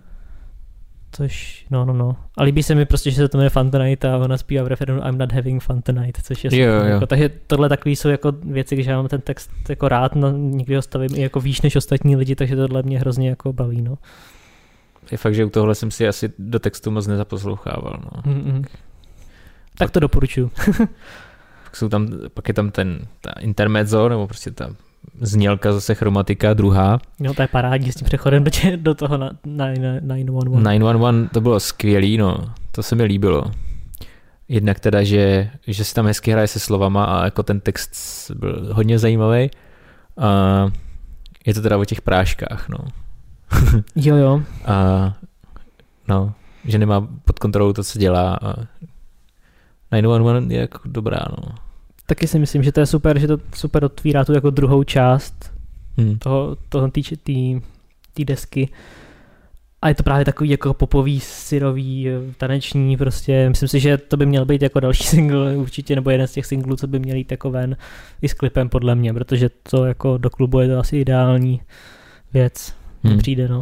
A: Což, no, no, no. A líbí se mi prostě, že se to jmenuje Fun Tonight a ona zpívá v referendu I'm not having fun tonight, což je
B: jo, jo.
A: Jako, takže tohle takový jsou jako věci, když já mám ten text jako rád, no, někdy ho stavím i jako výš než ostatní lidi, takže tohle mě hrozně jako baví, no.
B: Je fakt, že u tohle jsem si asi do textu moc nezaposlouchával, no.
A: Mm-mm. Tak to doporučuju.
B: pak, jsou tam, pak je tam ten ta intermezzo, nebo prostě ta znělka zase chromatika, druhá.
A: No to je parádní s tím přechodem do, do toho na, na, na nine one one.
B: nine one one to bylo skvělý, no. To se mi líbilo. Jednak teda, že, že se tam hezky hraje se slovama a jako ten text byl hodně zajímavý. A je to teda o těch práškách, no.
A: jo, jo.
B: A no, že nemá pod kontrolou to, co dělá. A nine one one je jako dobrá, no.
A: Taky si myslím, že to je super, že to super otvírá tu jako druhou část hmm. toho, toho týče té desky. A je to právě takový jako popový, syrový, taneční prostě. Myslím si, že to by měl být jako další single určitě, nebo jeden z těch singlů, co by měl jít jako ven i s klipem podle mě, protože to jako do klubu je to asi ideální věc. Hmm. Přijde, no.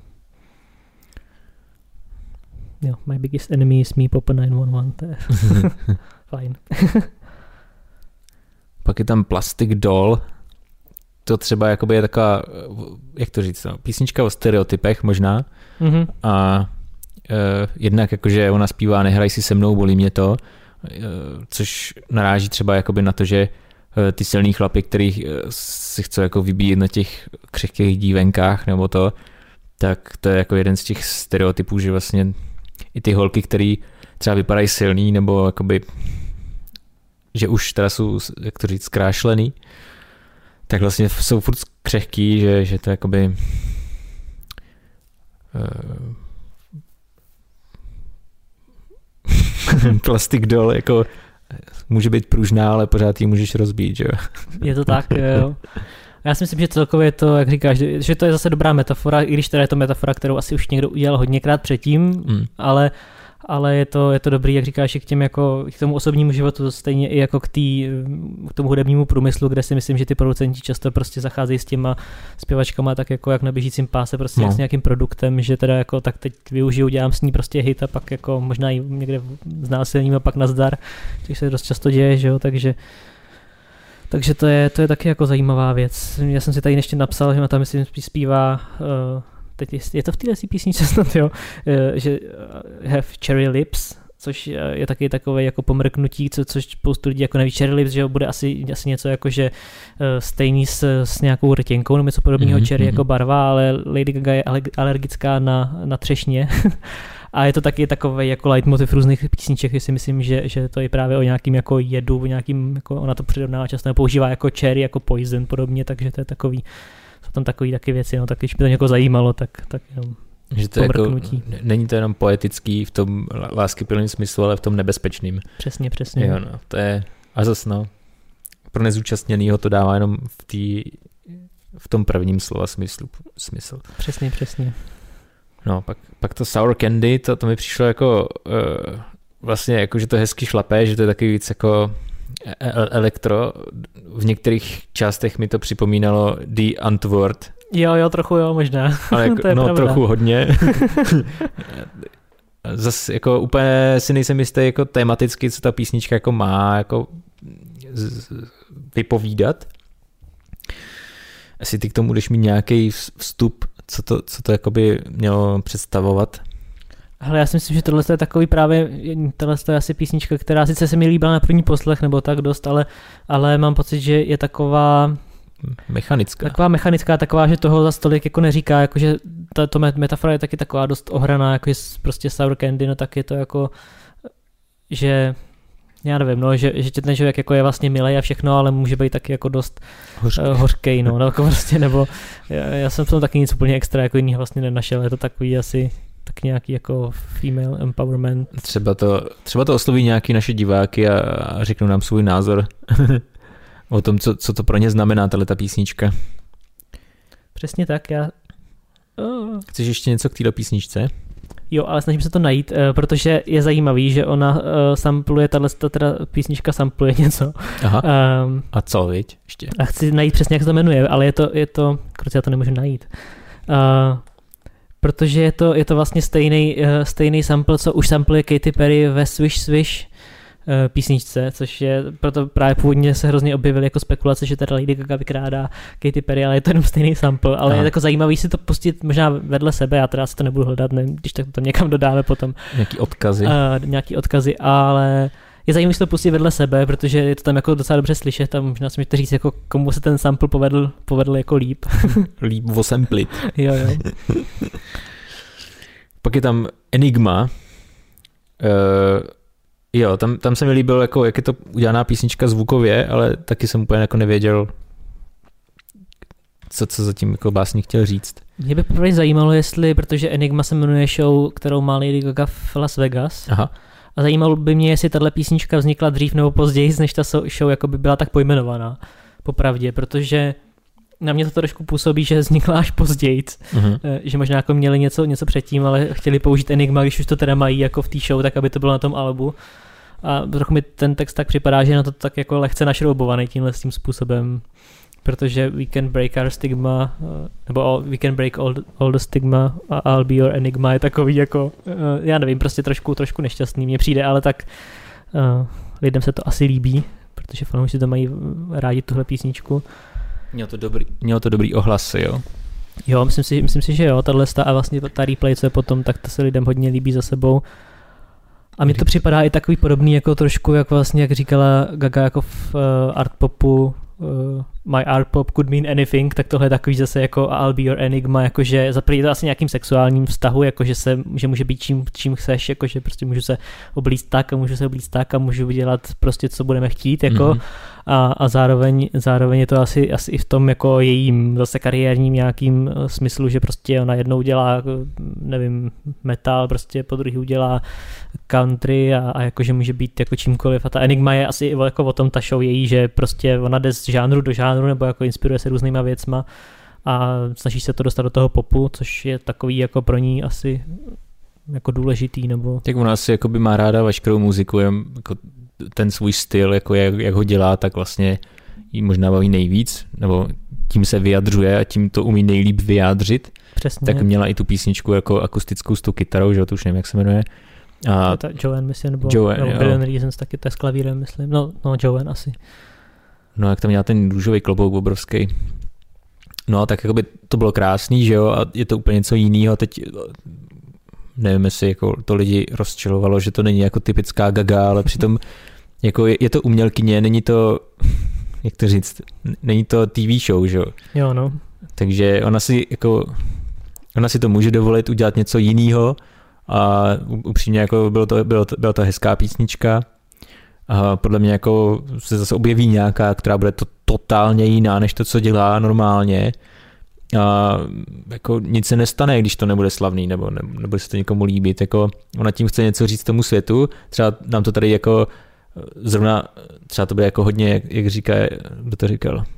A: Jo, my biggest enemy is me, Papa nine one one, to je fajn.
B: Pak je tam Plastic Doll, to třeba jakoby je taková, jak to říct, no, písnička o stereotypech možná. Mm-hmm. A e, jednak jakože ona zpívá Nehraj si se mnou, bolí mě to, e, což naráží třeba jakoby na to, že e, ty silný chlapy, který si chcou jako vybíjet na těch křehkých dívenkách nebo to, tak to je jako jeden z těch stereotypů, že vlastně i ty holky, který třeba vypadají silný nebo jakoby že už teda jsou, jak to říct, zkrášlený, tak vlastně jsou furt křehký, že, že to jakoby uh, plastik dol, jako může být pružná, ale pořád ji můžeš rozbít, že jo?
A: Je to tak, jo. Já si myslím, že celkově to, jak říkáš, že to je zase dobrá metafora, i když teda je to metafora, kterou asi už někdo udělal hodněkrát předtím, mm. ale ale je to, je to dobrý, jak říkáš, i k těm jako, k tomu osobnímu životu, stejně i jako k, tý, k tomu hudebnímu průmyslu, kde si myslím, že ty producenti často prostě zacházejí s těma zpěvačkama tak jako jak na běžícím páse, prostě no. jak s nějakým produktem, že teda jako tak teď využiju, dělám s ní prostě hit a pak jako možná i někde znásilním a pak nazdar, což se dost často děje, že jo, takže takže to je, to je taky jako zajímavá věc. Já jsem si tady ještě napsal, že ona tam myslím zpívá uh, teď je, je to v téhle písničce snad, jo, že have cherry lips, což je taky takové jako pomrknutí, co, což spoustu lidí jako neví. Cherry lips, že jo, bude asi, asi něco jako, že stejný s, s nějakou rtěnkou nebo něco podobného, mm-hmm. cherry jako barva, ale Lady Gaga je alergická na, na třešně. A je to taky takový jako leitmotiv různých písniček, že si myslím, že, že to je právě o nějakým jako jedu, o nějakým, jako ona to přirovnává často, používá jako cherry, jako poison podobně, takže to je takový, jsou tam takový taky věci, no, tak když by to někoho zajímalo, tak, tak jenom
B: že to jako, není to jenom poetický v tom láskyplném smyslu, ale v tom nebezpečným.
A: Přesně, přesně.
B: Jo, no, to je, a zas no, pro nezúčastněnýho to dává jenom v, tý, v tom prvním slova smyslu, smysl.
A: Přesně, přesně.
B: No, pak, pak to Sour Candy, to, to mi přišlo jako uh, vlastně jako, že to hezky šlapé, že to je taky víc jako elektro. V některých částech mi to připomínalo The Antwoord.
A: Jo, jo, trochu jo, možná.
B: Ale jako, no, pravda. Trochu hodně. Zase jako úplně si nejsem jistý jako tematicky, co ta písnička jako má jako z, vypovídat. Asi ty k tomu budeš mít nějaký vstup, co to, co to jakoby mělo představovat?
A: Hele, já si myslím, že tohle je takový právě, tohle je asi písnička, která sice se mi líbila na první poslech, nebo tak dost, ale, ale mám pocit, že je taková
B: mechanická.
A: Taková mechanická, taková, že toho za stolik jako neříká, jakože ta to metafora je taky taková dost ohraná, jako je prostě Sour Candy, no tak je to jako, že já nevím, no, že, že ten člověk jako je vlastně milej a všechno, ale může být taky jako dost hořký, uh, hořkej, no, no jako prostě, nebo já, já jsem v tom taky nic úplně extra jako jiného vlastně nenašel, je to takový asi tak nějaký jako female empowerment.
B: Třeba to, třeba to osloví nějaký naše diváky a, a řeknou nám svůj názor o tom, co, co to pro ně znamená, tato písnička.
A: Přesně tak, já... Oh.
B: Chceš ještě něco k této písničce?
A: Jo, ale snažím se to najít, uh, protože je zajímavý, že ona uh, sampluje, tato teda písnička sampluje něco.
B: Aha, um, a co, viď? Ještě.
A: A chci najít přesně, jak se to jmenuje, ale je to, je to, kruce, já to nemůžu najít. Uh, protože je to, je to vlastně stejný, uh, stejný sample, co už sampluje Katy Perry ve Swish Swish písničce, což je, proto právě původně se hrozně objevily jako spekulace, že teda Lady Gaga vykrádá Katy Perry, ale je to jenom stejný sample, ale Aha. je jako zajímavý si to pustit možná vedle sebe, já teda si to nebudu hledat, nevím, když tak to někam dodáme potom.
B: Nějaký odkazy.
A: Uh, nějaký odkazy, ale je zajímavý si to pustit vedle sebe, protože je to tam jako docela dobře slyšet a možná si můžete říct, jako komu se ten sample povedl, povedl jako líp.
B: Líp vosamplit.
A: Jo, jo.
B: Pak je tam Enigma, uh, jo, tam, tam se mi líbilo, jako, jak je to udělaná písnička zvukově, ale taky jsem úplně jako nevěděl, co, co zatím jako básník chtěl říct.
A: Mě by poprvé zajímalo, jestli, protože Enigma se jmenuje show, kterou má Lady Gaga v Las Vegas.
B: Aha.
A: A zajímalo by mě, jestli tahle písnička vznikla dřív nebo později, než ta show jako by byla tak pojmenovaná. Popravdě, protože na mě to trošku působí, že vznikla až později, uh-huh. že možná jako měli něco, něco předtím, ale chtěli použít Enigma, když už to teda mají jako v té show, tak aby to bylo na tom albu. A trochu mi ten text tak připadá, že je na to tak jako lehce našroubovaný tímhle s tím způsobem, protože we can break our stigma, nebo all, we can break all, all the stigma, I'll be your enigma je takový jako, já nevím, prostě trošku, trošku nešťastný mně přijde, ale tak uh, lidem se to asi líbí, protože fanoušci to mají rádi tuhle písničku.
B: Mělo to dobrý, mělo to dobrý ohlasy, jo?
A: Jo, myslím si, myslím si, že jo, tahle a vlastně ta replay, co je potom, tak to se lidem hodně líbí za sebou. A mi to připadá i takový podobný, jako trošku, jak vlastně, jak říkala Gaga, jako v uh, art popu, uh, my art pop could mean anything, tak tohle je takový zase jako I'll be your enigma, jakože zaprvé je to asi nějakým sexuálním vztahu, jakože se, že může být čím, čím chceš, jakože prostě můžu se oblíct tak a můžu se oblíct tak a můžu udělat prostě, co budeme chtít, jako mm-hmm. a, a zároveň, zároveň je to asi, asi i v tom jako jejím zase kariérním nějakým smyslu, že prostě ona jednou dělá, nevím, metal, prostě po druhý udělá country a, a jakože může být jako čímkoliv a ta Enigma je asi jako o tom ta show její, že prostě ona jde z žánru do žánru nebo jako inspiruje se různýma věcma a snaží se to dostat do toho popu, což je takový jako pro ní asi jako důležitý, nebo...
B: Tak u nás jakoby má ráda veškerou muziku, jako ten svůj styl, jako jak, jak ho dělá, tak vlastně jí možná baví nejvíc, nebo tím se vyjadřuje a tím to umí nejlíp vyjádřit.
A: Přesně.
B: Tak měla i tu písničku jako akustickou s tou kytarou, že to už nevím, jak se jmenuje. A
A: ta Joanne, myslím, nebo,
B: Joanne,
A: nebo Billion Reasons, taky to je s klavírem, myslím. No, no Joanne asi.
B: No, jak tam měla ten růžový klobouk obrovský. No, tak jakoby to bylo krásný, že jo, a je to úplně něco jiného. Teď nevím, jestli jako to lidi rozčilovalo, že to není jako typická Gaga, ale přitom jako je, je to umělkyně, není to, jak to říct, není to T V show, že jo.
A: Jo, no.
B: Takže ona si jako, ona si to může dovolit udělat něco jiného a upřímně jako bylo to, bylo to, byla to hezká písnička. A podle mě jako se zase objeví nějaká, která bude to totálně jiná, než to, co dělá normálně. A jako nic se nestane, když to nebude slavný, nebo ne, nebude se to někomu líbit. Jako ona tím chce něco říct tomu světu. Třeba nám to tady jako zrovna, třeba to bude jako hodně, jak, jak říká, kdo to říkal, uh,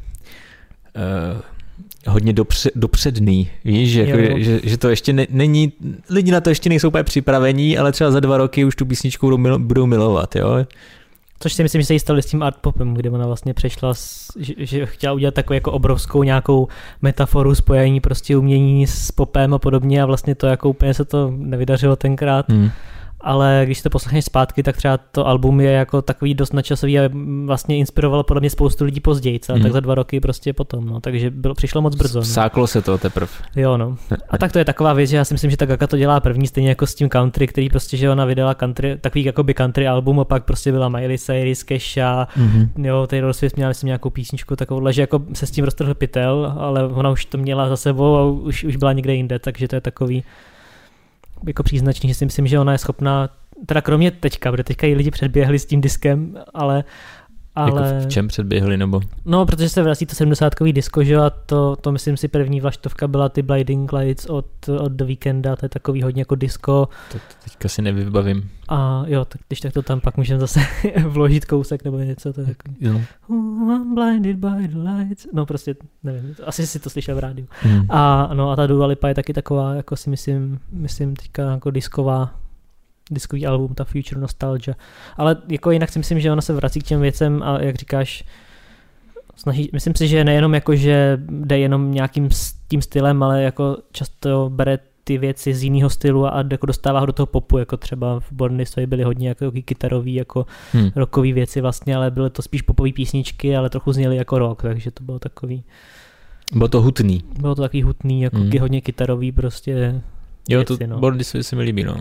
B: hodně dopře, dopředný, víš, že, jako, že, že to ještě ne, není, lidi na to ještě nejsou úplně připravení, ale třeba za dva roky už tu písničku budou, milo, budou milovat, jo.
A: Což si myslím, že se jí stalo s tím art popem, kde ona vlastně přešla, s, že, že chtěla udělat takovou jako obrovskou nějakou metaforu spojení prostě umění s popem a podobně a vlastně to jako úplně se to nevydařilo tenkrát. Hmm. Ale když to poslechneš zpátky, tak třeba to album je jako takový dost nadčasový a vlastně inspirovalo podle mě spoustu lidí později, mm. tak za dva roky prostě potom, no, takže bylo, přišlo moc brzo.
B: Sáklo no. se to teprve.
A: Jo, no. A tak to je taková věc, že já si myslím, že ta Gaga to dělá první, stejně jako s tím country, který prostě, že ona vydala country, takový jakoby country album a pak prostě byla Miley Cyrus, Kesha, mm-hmm. jo, Taylor Swift měla myslím nějakou písničku takovouhle, že jako se s tím roztrhl pytel, ale ona už to měla za sebou a už, už byla někde jinde, takže to je takový jako příznačný, že si myslím, že ona je schopná, teda kromě teďka, protože teďka i lidi předběhli s tím diskem, ale... ale...
B: Jako v čem předběhli, nebo?
A: No, protože se vrací to sedmdesátkový disko, že a to, to myslím si první vlaštovka byla ty Blinding Lights od, od The Weeknda, to je takový hodně jako disco.
B: To, to teďka si nevybavím.
A: A jo, tak když tak to tam pak můžeme zase vložit kousek nebo něco, to je takový.
B: No.
A: Oh, I'm blinded by the lights. No prostě, nevím, asi si to slyšel v rádiu. Hmm. A no a ta Dua Lipa je taky taková, jako si myslím, myslím teďka jako disková, diskový album, ta Future Nostalgia. Ale jako jinak si myslím, že ona se vrací k těm věcem a jak říkáš, snaží, myslím si, že nejenom jako, že jde jenom nějakým tím stylem, ale jako často bere ty věci z jiného stylu a jako dostává ho do toho popu, jako třeba v Born This Way byly hodně jako kytarový, jako hmm. rockový věci vlastně, ale byly to spíš popové písničky, ale trochu zněly jako rock, takže to bylo takový...
B: Bylo to hutný.
A: Bylo to takový hutný, jako hmm. hodně kytarový prostě
B: jo,
A: věci,
B: to
A: no.
B: Born This Way se mi líbí, no.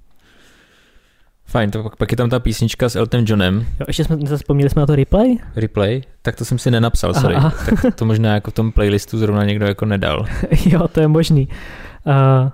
B: Fajn, to pak, pak je tam ta písnička s Eltonem Johnem.
A: Jo, ještě jsme zapomněli jsme na to Replay?
B: Replay? Tak to jsem si nenapsal, sorry. Aha. Tak to možná jako v tom playlistu zrovna někdo jako nedal.
A: Jo, to je možný. Uh,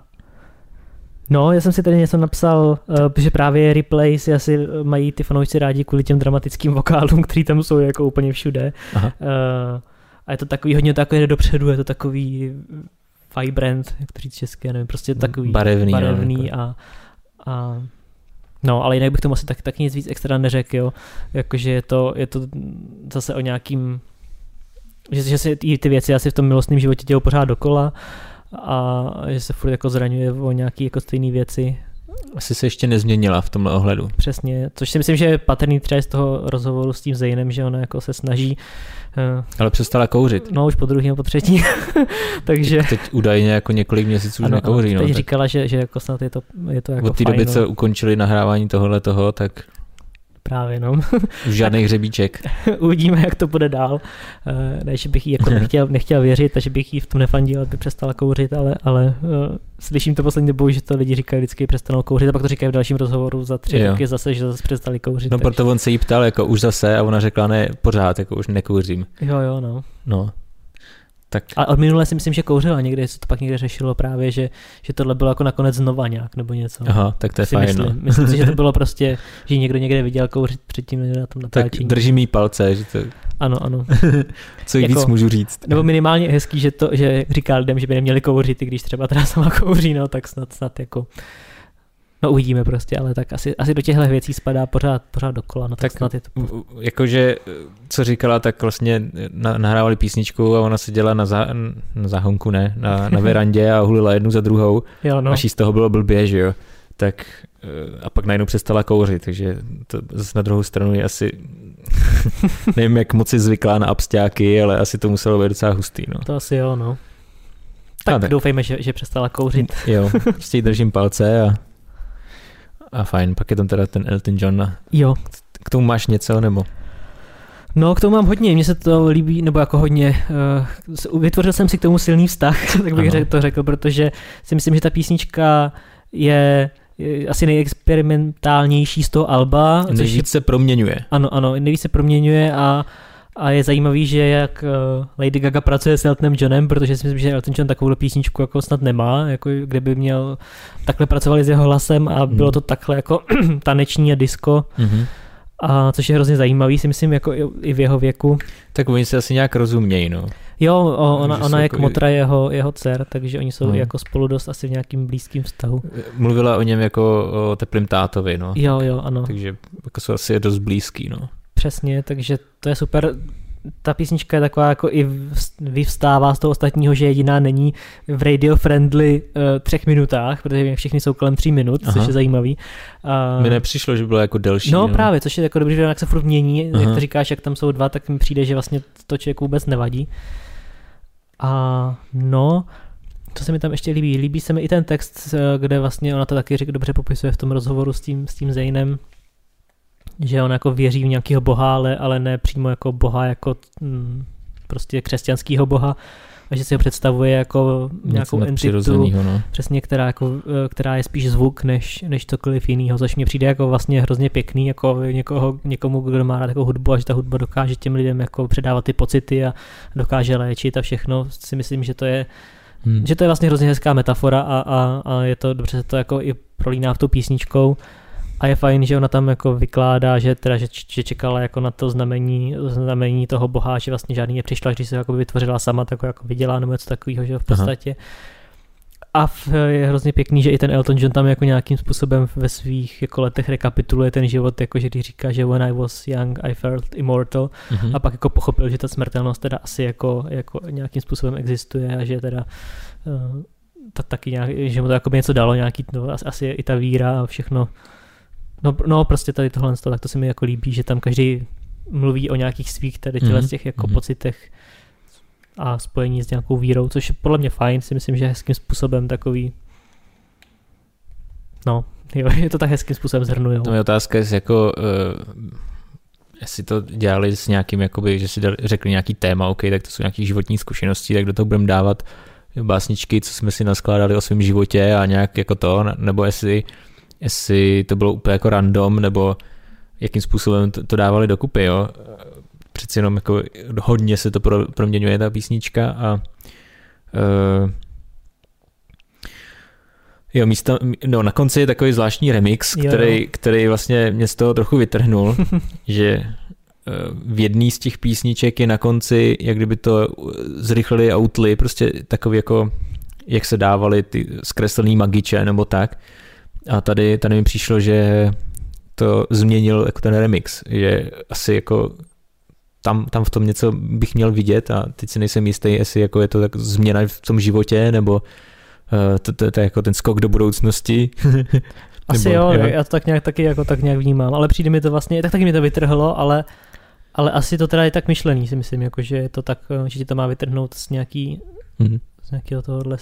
A: no, já jsem si tady něco napsal, uh, že právě Replay si asi mají ty fanoušci rádi kvůli těm dramatickým vokálům, který tam jsou jako úplně všude. Uh, a je to takový hodně takový dopředu, je to takový vibrant, jak to říct česky, já nevím, prostě takový
B: barevný,
A: barevný no, a, a no, ale jinak bych tomu asi tak, taky nic víc extra neřekl, jo. Jakože je to, je to zase o nějakým, že, že si ty, ty věci asi v tom milostném životě dělou pořád dokola a že se furt jako zraňuje o nějaký jako stejné věci.
B: Asi se ještě nezměnila v tomhle ohledu.
A: Přesně, což si myslím, že je patrný třeba z toho rozhovoru s tím Zainem, že ona jako se snaží.
B: Ale přestala kouřit.
A: No už po druhém, po třetí. Takže...
B: Teď údajně jako několik měsíců už nekouří.
A: Ano, teď
B: no,
A: říkala, že, že jako snad je to, je to jako
B: od té doby, co ukončili nahrávání tohohle toho, tak...
A: Právě, no.
B: Už žádný hřebíček.
A: Uvidíme, jak to bude dál. Ne, že bych jí jako nechtěl, nechtěl věřit, takže bych jí v tom nefandil, aby přestala kouřit, ale, ale uh, slyším to poslední dobou, že to lidi říkají vždycky přestanou kouřit a pak to říkají v dalším rozhovoru za tři jo. roky zase, že zase přestali kouřit.
B: No takže... proto on se jí ptal, jako už zase a ona řekla ne, pořád, jako už nekouřím.
A: Jo, jo, no.
B: No. Tak...
A: A od minule si myslím, že kouřila někde, se to pak někde řešilo právě, že, že tohle bylo jako nakonec znova nějak nebo něco.
B: Aha, tak to je fajn.
A: Myslím.
B: No.
A: myslím si, že to bylo prostě, že někdo někde viděl kouřit předtím na tom natáčení.
B: Tak držím jí palce, že to...
A: Ano, ano.
B: Co jí jako, víc můžu říct.
A: Nebo minimálně je hezký, že to, že říká lidem, že by neměli kouřit, i když třeba teda sama kouří, no tak snad, snad jako... No uvidíme prostě, ale tak asi, asi do těchto věcí spadá pořád, pořád dokola. No, tak, tak snad je to...
B: Jakože, co říkala, tak vlastně nahrávali písničku a ona seděla na, za, na záhonku, ne, na, na verandě a hulila jednu za druhou.
A: Jo, no.
B: Až jí z toho bylo blbě, že jo. tak a pak najednou přestala kouřit, takže to zase na druhou stranu je asi nevím, jak moc je zvyklá na absťáky, ale asi to muselo být docela hustý. No.
A: To asi jo, no. Tak, a tak. Doufejme, že, že přestala kouřit.
B: Jo, prostě jí držím palce a, a fajn, pak je tam teda ten Elton John. A
A: jo.
B: K tomu máš něco, nebo?
A: No, k tomu mám hodně, mně se to líbí, nebo jako hodně, uh, vytvořil jsem si k tomu silný vztah, tak bych řek, to řekl, protože si myslím, že ta písnička je, je asi nejexperimentálnější z toho alba.
B: Nejvíc je, se proměňuje.
A: Ano, ano, nejvíc se proměňuje a, a je zajímavý, že jak uh, Lady Gaga pracuje s Eltonem Johnem, protože si myslím, že Elton John takovou písničku jako snad nemá, jako kdyby měl, takhle pracovali s jeho hlasem a bylo to takhle jako taneční a disco. Mm-hmm. A což je hrozně zajímavý, si myslím, jako i v jeho věku.
B: Tak oni se asi nějak rozumějí, no.
A: Jo, o, ona, ona je jako kmotra jeho, jeho dcer, takže oni jsou no. jako spolu dost asi v nějakým blízkým vztahu.
B: Mluvila o něm jako o teplým tátovi, no.
A: Jo, jo, ano.
B: Takže jako jsou asi dost blízký, no.
A: Přesně, takže to je super. Ta písnička je taková jako i vyvstává z toho ostatního, že jediná není v radio-friendly uh, třech minutách, protože všichni jsou kolem tří minut, Aha. což je zajímavý. Uh,
B: mi nepřišlo, že bylo jako delší.
A: No, no právě, což je jako dobrý, že jak se furt mění, Aha. jak to říkáš, jak tam jsou dva, tak mi přijde, že vlastně to člověku vůbec nevadí. A no, co se mi tam ještě líbí? Líbí se mi i ten text, kde vlastně ona to taky řek, dobře popisuje v tom rozhovoru s tím, s tím Zainem, že on jako věří v nějakého boha, ale, ale ne přímo jako boha, jako mm, prostě křesťanského boha, a že si ho představuje jako něco nějakou entitu, no. Přesně, která, jako, která je spíš zvuk, než, než cokoliv jinýho, což mě přijde jako vlastně hrozně pěkný, jako někoho, někomu, kdo má rád takovou hudbu, a že ta hudba dokáže těm lidem jako předávat ty pocity a dokáže léčit a všechno, si myslím, že to je hmm. že to je vlastně hrozně hezká metafora a, a, a je to dobře, se to jako i prolíná v tou písničkou. A je fajn, že ona tam jako vykládá, že teda, že, že čekala jako na to znamení, znamení toho boha, že vlastně žádný nepřišla, když se jako vytvořila sama, tak jako viděla nebo něco takového, že v podstatě. Aha. A v, je hrozně pěkný, že i ten Elton John tam jako nějakým způsobem ve svých jako letech rekapituluje ten život, jako že když říká, že when I was young I felt immortal, uh-huh. a pak jako pochopil, že ta smrtelnost teda asi jako, jako nějakým způsobem existuje a že teda uh, ta, taky nějak, že mu to jako by něco dalo, nějaký, no, asi i ta víra a všechno. No, no prostě tady tohle, tak to se mi jako líbí, že tam každý mluví o nějakých svých tady těle z těch jako mm-hmm. pocitech a spojení s nějakou vírou, což je podle mě fajn, si myslím, že hezkým způsobem takový, no, jo, je to tak hezkým způsobem zhrnujou.
B: To je otázka, jestli jako, uh, jestli to dělali s nějakým, jakoby, že si řekli nějaký téma, ok, tak to jsou nějaké životní zkušenosti, tak do toho budeme dávat básničky, co jsme si naskládali o svém životě a nějak jako to, nebo jestli jestli to bylo úplně jako random, nebo jakým způsobem to, to dávali dokupy, jo. Přeci jenom jako hodně se to pro, proměňuje ta písnička a uh, jo, místo, no na konci je takový zvláštní remix, jo, který, jo. který vlastně mě z toho trochu vytrhnul, že uh, v jedný z těch písniček je na konci, jak kdyby to zrychlili a utli, prostě takový jako, jak se dávali ty zkreslený magiče nebo tak. A tady, tady mi přišlo, že to změnil jako ten remix, že asi jako tam, tam v tom něco bych měl vidět a teď si nejsem jistý, jestli jako je to tak změna v tom životě, nebo uh, to, to, to je jako ten skok do budoucnosti.
A: Asi nebo, jo, jo, já to tak nějak taky jako tak nějak vnímám, ale přijde mi to vlastně, tak taky mi to vytrhlo, ale, ale asi to teda je tak myšlený, si myslím, jako, že je to tak, že ti to má vytrhnout z nějaký, mm-hmm. z nějakého tohohle,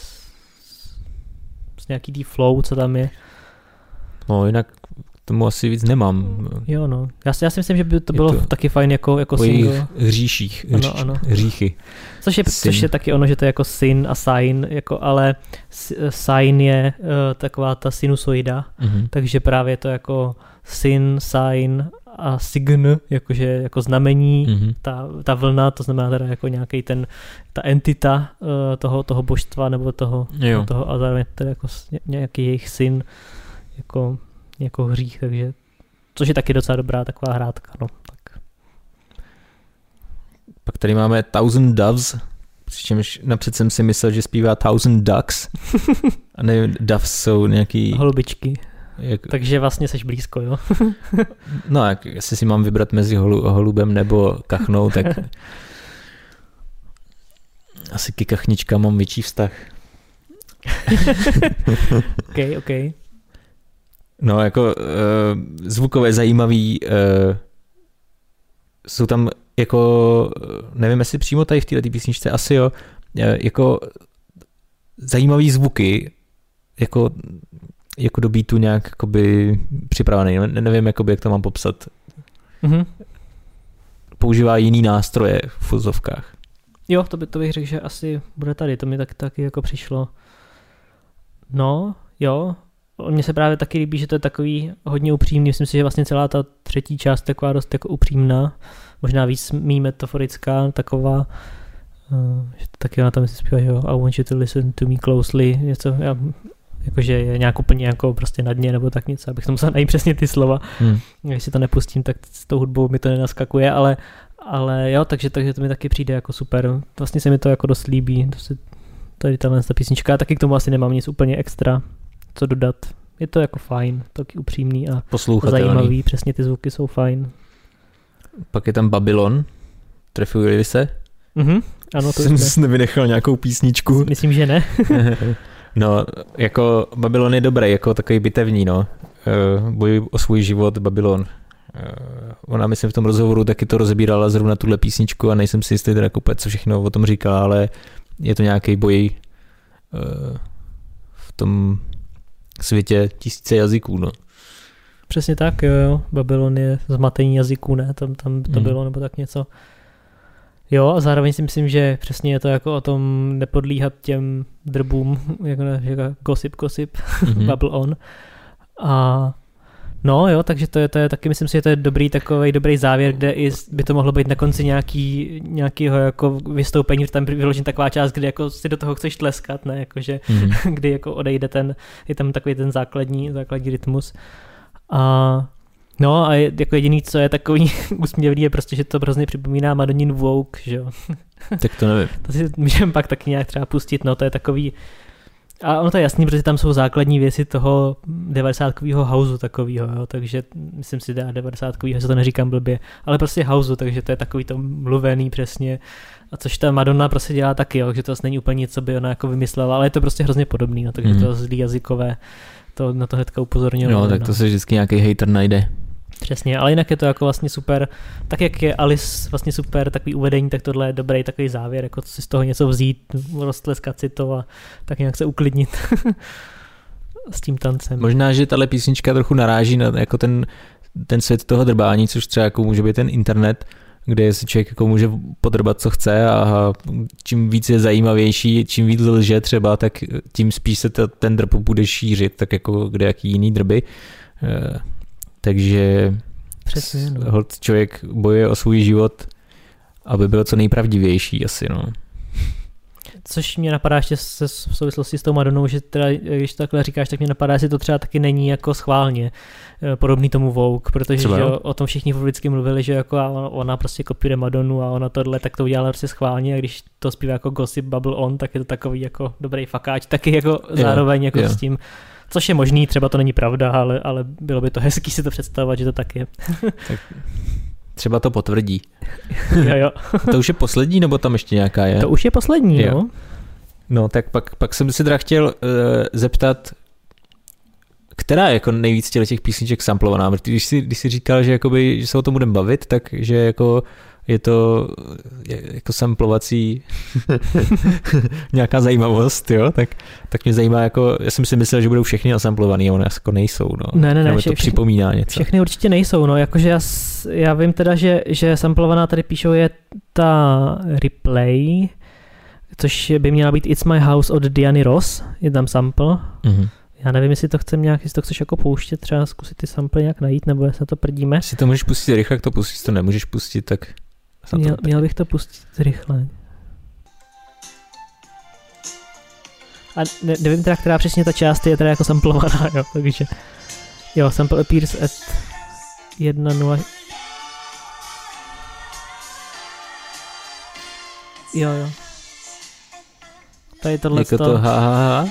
A: z nějaký tý flow, co tam je.
B: No, jinak tomu asi víc nemám.
A: Jo, no. Já si, já si myslím, že by to bylo to taky fajn jako, jako single.
B: Hříších. Hříš, ano, ano. Hříchy.
A: Což je, což je taky ono, že to je jako sin a sign, jako, ale sign je uh, taková ta sinusoida, mm-hmm. takže právě to jako sin, sign a sign, jakože jako znamení, mm-hmm. ta, ta vlna, to znamená teda jako nějaký ten, ta entita uh, toho, toho božstva nebo toho, toho a zároveň teda jako nějaký jejich sin, jako, jako hřích, takže což je taky docela dobrá taková hrátka, no. Tak.
B: Pak tady máme Thousand Doves, přičemž napřed jsem si myslel, že zpívá Thousand Ducks, a nevím, Doves jsou nějaký...
A: Holubičky.
B: Jak...
A: Takže vlastně seš blízko, jo?
B: No, jak, jestli si mám vybrat mezi holu, holubem nebo kachnou, tak asi ke kachničkám mám větší vztah.
A: OK, OK.
B: No, jako uh, zvukové zajímavý, uh, jsou tam jako, nevím, jestli přímo tady v této písničce, asi jo, uh, jako zajímavý zvuky, jako, jako do beatu nějak jakoby připravený, ne, nevím, jakoby, jak to mám popsat.
A: Mm-hmm.
B: Používá jiný nástroje v fuzovkách.
A: Jo, to, by, to bych řekl, že asi bude tady, to mi tak, taky jako přišlo. No, jo, mně se právě taky líbí, že to je takový hodně upřímný, myslím si, že vlastně celá ta třetí část taková dost jako upřímná, možná víc mý metaforická, taková, uh, že to taky ona tam si zpívá, že jo, I want you to listen to me closely, něco, já, jakože je nějak úplně jako prostě na dně, nebo tak něco, abych to musel najít přesně ty slova, hmm. Když si to nepustím, tak s tou hudbou mi to nenaskakuje, ale, ale jo, takže, takže to mi taky přijde jako super, vlastně se mi to jako dost líbí, to si, tady tahle písnička, a taky k tomu asi nemám nic úplně extra co dodat. Je to jako fajn, taky upřímný a zajímavý, přesně ty zvuky jsou fajn.
B: Pak je tam Babylon, trefujeli se?
A: Mhm, ano, to
B: jsem si nevynechal nějakou písničku.
A: Myslím, že ne.
B: No, jako Babylon je dobrý, jako takový bitevní, no. Boj o svůj život, Babylon. Ona, myslím, v tom rozhovoru taky to rozebírala zrovna tuhle písničku a nejsem si jistý teda kupec, co všechno o tom říkala, ale je to nějaký boj v tom světě tisíce jazyků, no.
A: Přesně tak, jo, jo. Babylon je zmatení jazyků, ne? Tam, tam to mm. bylo, nebo tak něco. Jo, a zároveň si myslím, že přesně je to jako o tom nepodlíhat těm drbům, jako, jako gossip, gossip, mm-hmm. Babble on. A no jo, takže to je, to je taky, myslím si, že to je dobrý takovej dobrý závěr, kde i by to mohlo být na konci nějaký, nějakýho jako vystoupení, tam vyložen taková část, kde jako si do toho chceš tleskat, ne, jakože, mm-hmm. kdy jako odejde ten, je tam takový ten základní, základní rytmus. A no a je, jako jediný, co je takový úsměvný, je prostě, že to hrozně připomíná Madonin Vogue, že jo.
B: Tak to nevím.
A: To si můžeme pak taky nějak třeba pustit, no to je takový. A ono to je jasný, protože tam jsou základní věci toho devadesátkového houseu takového, jo, takže myslím si, že devadesátkového, že to neříkám blbě, ale prostě houseu, takže to je takový to mluvený přesně, a což ta Madonna prostě dělá taky, jo, že to není úplně nic, co by ona jako vymyslela, ale je to prostě hrozně podobný, no, takže mm. to zlý jazykové, to na to hnedka upozorňuje.
B: No, tak to se vždycky nějaký hater najde.
A: Přesně, ale jinak je to jako vlastně super, tak jak je Alice vlastně super takový uvedení, tak tohle je dobrý takový závěr, jako si z toho něco vzít, roztleskat si to a tak nějak se uklidnit s tím tancem.
B: Možná, že tahle písnička trochu naráží na jako ten, ten svět toho drbání, což třeba jako může být ten internet, kde si člověk jako může podrbat, co chce, a čím víc je zajímavější, čím víc lže třeba, tak tím spíš se to, ten drb bude šířit, tak jako kde jaký jiný drby. Takže
A: přesně, no.
B: Holt člověk bojuje o svůj život, aby byl co nejpravdivější asi, no.
A: Což mě napadá ještě se, v souvislosti s tou Madonou, že teda, když to takhle říkáš, tak mě napadá, jestli to třeba taky není jako schválně podobný tomu Vogue, protože že o tom všichni vždycky mluvili, že jako ona prostě kopíruje Madonu a ona tohle, tak to udělala prostě schválně, a když to zpívá jako Gossip Babble On, tak je to takový jako dobrý fakáč, taky jako zároveň jako yeah. s tím. Což je možný, třeba to není pravda, ale, ale bylo by to hezký si to představovat, že to tak je. Tak
B: třeba to potvrdí.
A: Jo, jo.
B: To už je poslední, nebo tam ještě nějaká je?
A: To už je poslední, jo. No.
B: No, tak pak, pak jsem si teda chtěl uh, zeptat, která je jako nejvíc těch písniček samplovaná, protože když jsi, když jsi říkal, že, jakoby, že se o tom budeme bavit, takže jako je to jako samplovací nějaká zajímavost, jo, tak, tak mě zajímá, jako, já jsem si myslel, že budou všechny nasamplovaný, a one jako nejsou, no.
A: Ne, ne, ne.
B: Vše, to
A: vše,
B: připomíná něco.
A: Všechny určitě nejsou, no, jakože já, já vím teda, že, že samplovaná tady píšou je ta Replay, což by měla být It's My House od Diany Ross, je tam sample. Mm-hmm. Já nevím, jestli to chcem nějak, jestli to chceš jako pouštět, třeba zkusit ty sample nějak najít, nebo jestli to prdíme.
B: Jestli to můžeš pustit rychle, jak to pustit, to nemůžeš pustit, tak...
A: Měl, měl bych to pustit rychle. A ne, nevím teda, která přesně ta část je teda jako samplovaná, jo, takže... Jo, sample appears at jedna nula... Jo, jo. Tady tohle
B: jako to ha, ha, ha.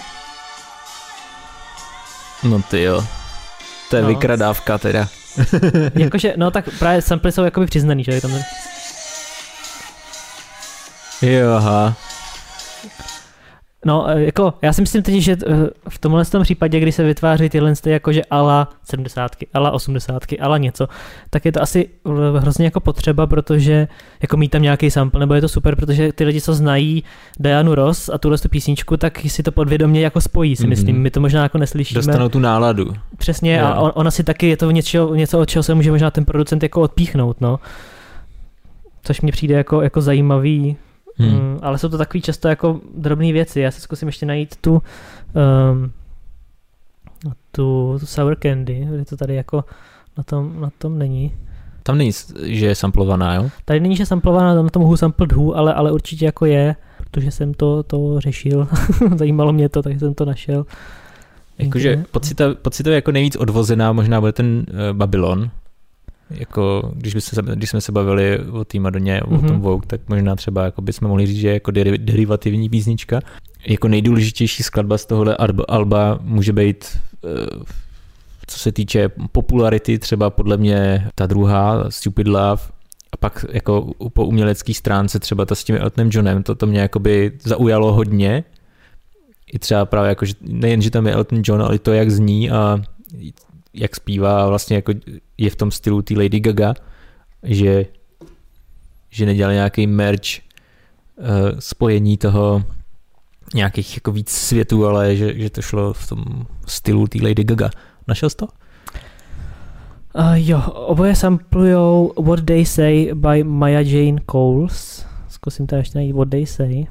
B: No ty jo. To je no. Vykradávka teda.
A: Jakože, no tak právě samply jsou jakoby přiznaný, že je tam...
B: Jo, aha.
A: No, jako, já si myslím teď, že v tomhle tom případě, kdy se vytváří tyhle jakože ala sedmdesátky, ala osmdesátky, ala něco, tak je to asi hrozně jako potřeba, protože jako mít tam nějaký sample, nebo je to super, protože ty lidi, co znají Dianu Ross a tuhle tu písničku, tak si to podvědomě jako spojí, si mm-hmm. myslím. My to možná jako neslyšíme.
B: Dostanou tu náladu.
A: Přesně, yeah. A on, ona si taky, je to něco, něco, od čeho se může možná ten producent jako odpíchnout, no. Což mně přijde jako, jako zajímavý. Hmm. Mm, ale jsou to takový často jako drobné věci. Já se zkusím ještě najít tu um, tu, tu Sour Candy, kde to tady jako na tom, na tom není.
B: Tam není, že je samplovaná, jo? Tady
A: není, že je samplovaná, tam na tom Who Sampled Who, ale, ale určitě jako je, protože jsem to, to řešil. Zajímalo mě to, takže jsem to našel.
B: Jakože pocitově pocito jako nejvíc odvozená možná bude ten uh, Babylon. Jako, když, by se, když jsme se bavili o té Madoně, mm-hmm. o tom Vogue, tak možná třeba jako bychom mohli říct, že jako deri, derivativní písnička. Jako nejdůležitější skladba z tohohle alba může být, co se týče popularity, třeba podle mě ta druhá, Stupid Love, a pak jako po umělecké stránce třeba ta s tím Eltonem Johnem, to, to mě jakoby zaujalo hodně. I třeba právě jako, že nejen, že tam je Elton John, ale i to, jak zní a jak zpívá a vlastně jako je v tom stylu té Lady Gaga, že, že nedělal nějaký merch uh, spojení toho nějakých jako víc světů, ale že, že to šlo v tom stylu té Lady Gaga. Našel jsi to?
A: Uh, jo, oboje samplujou What They Say by Maya Jane Coles. Zkusím to ještě najít What They Say.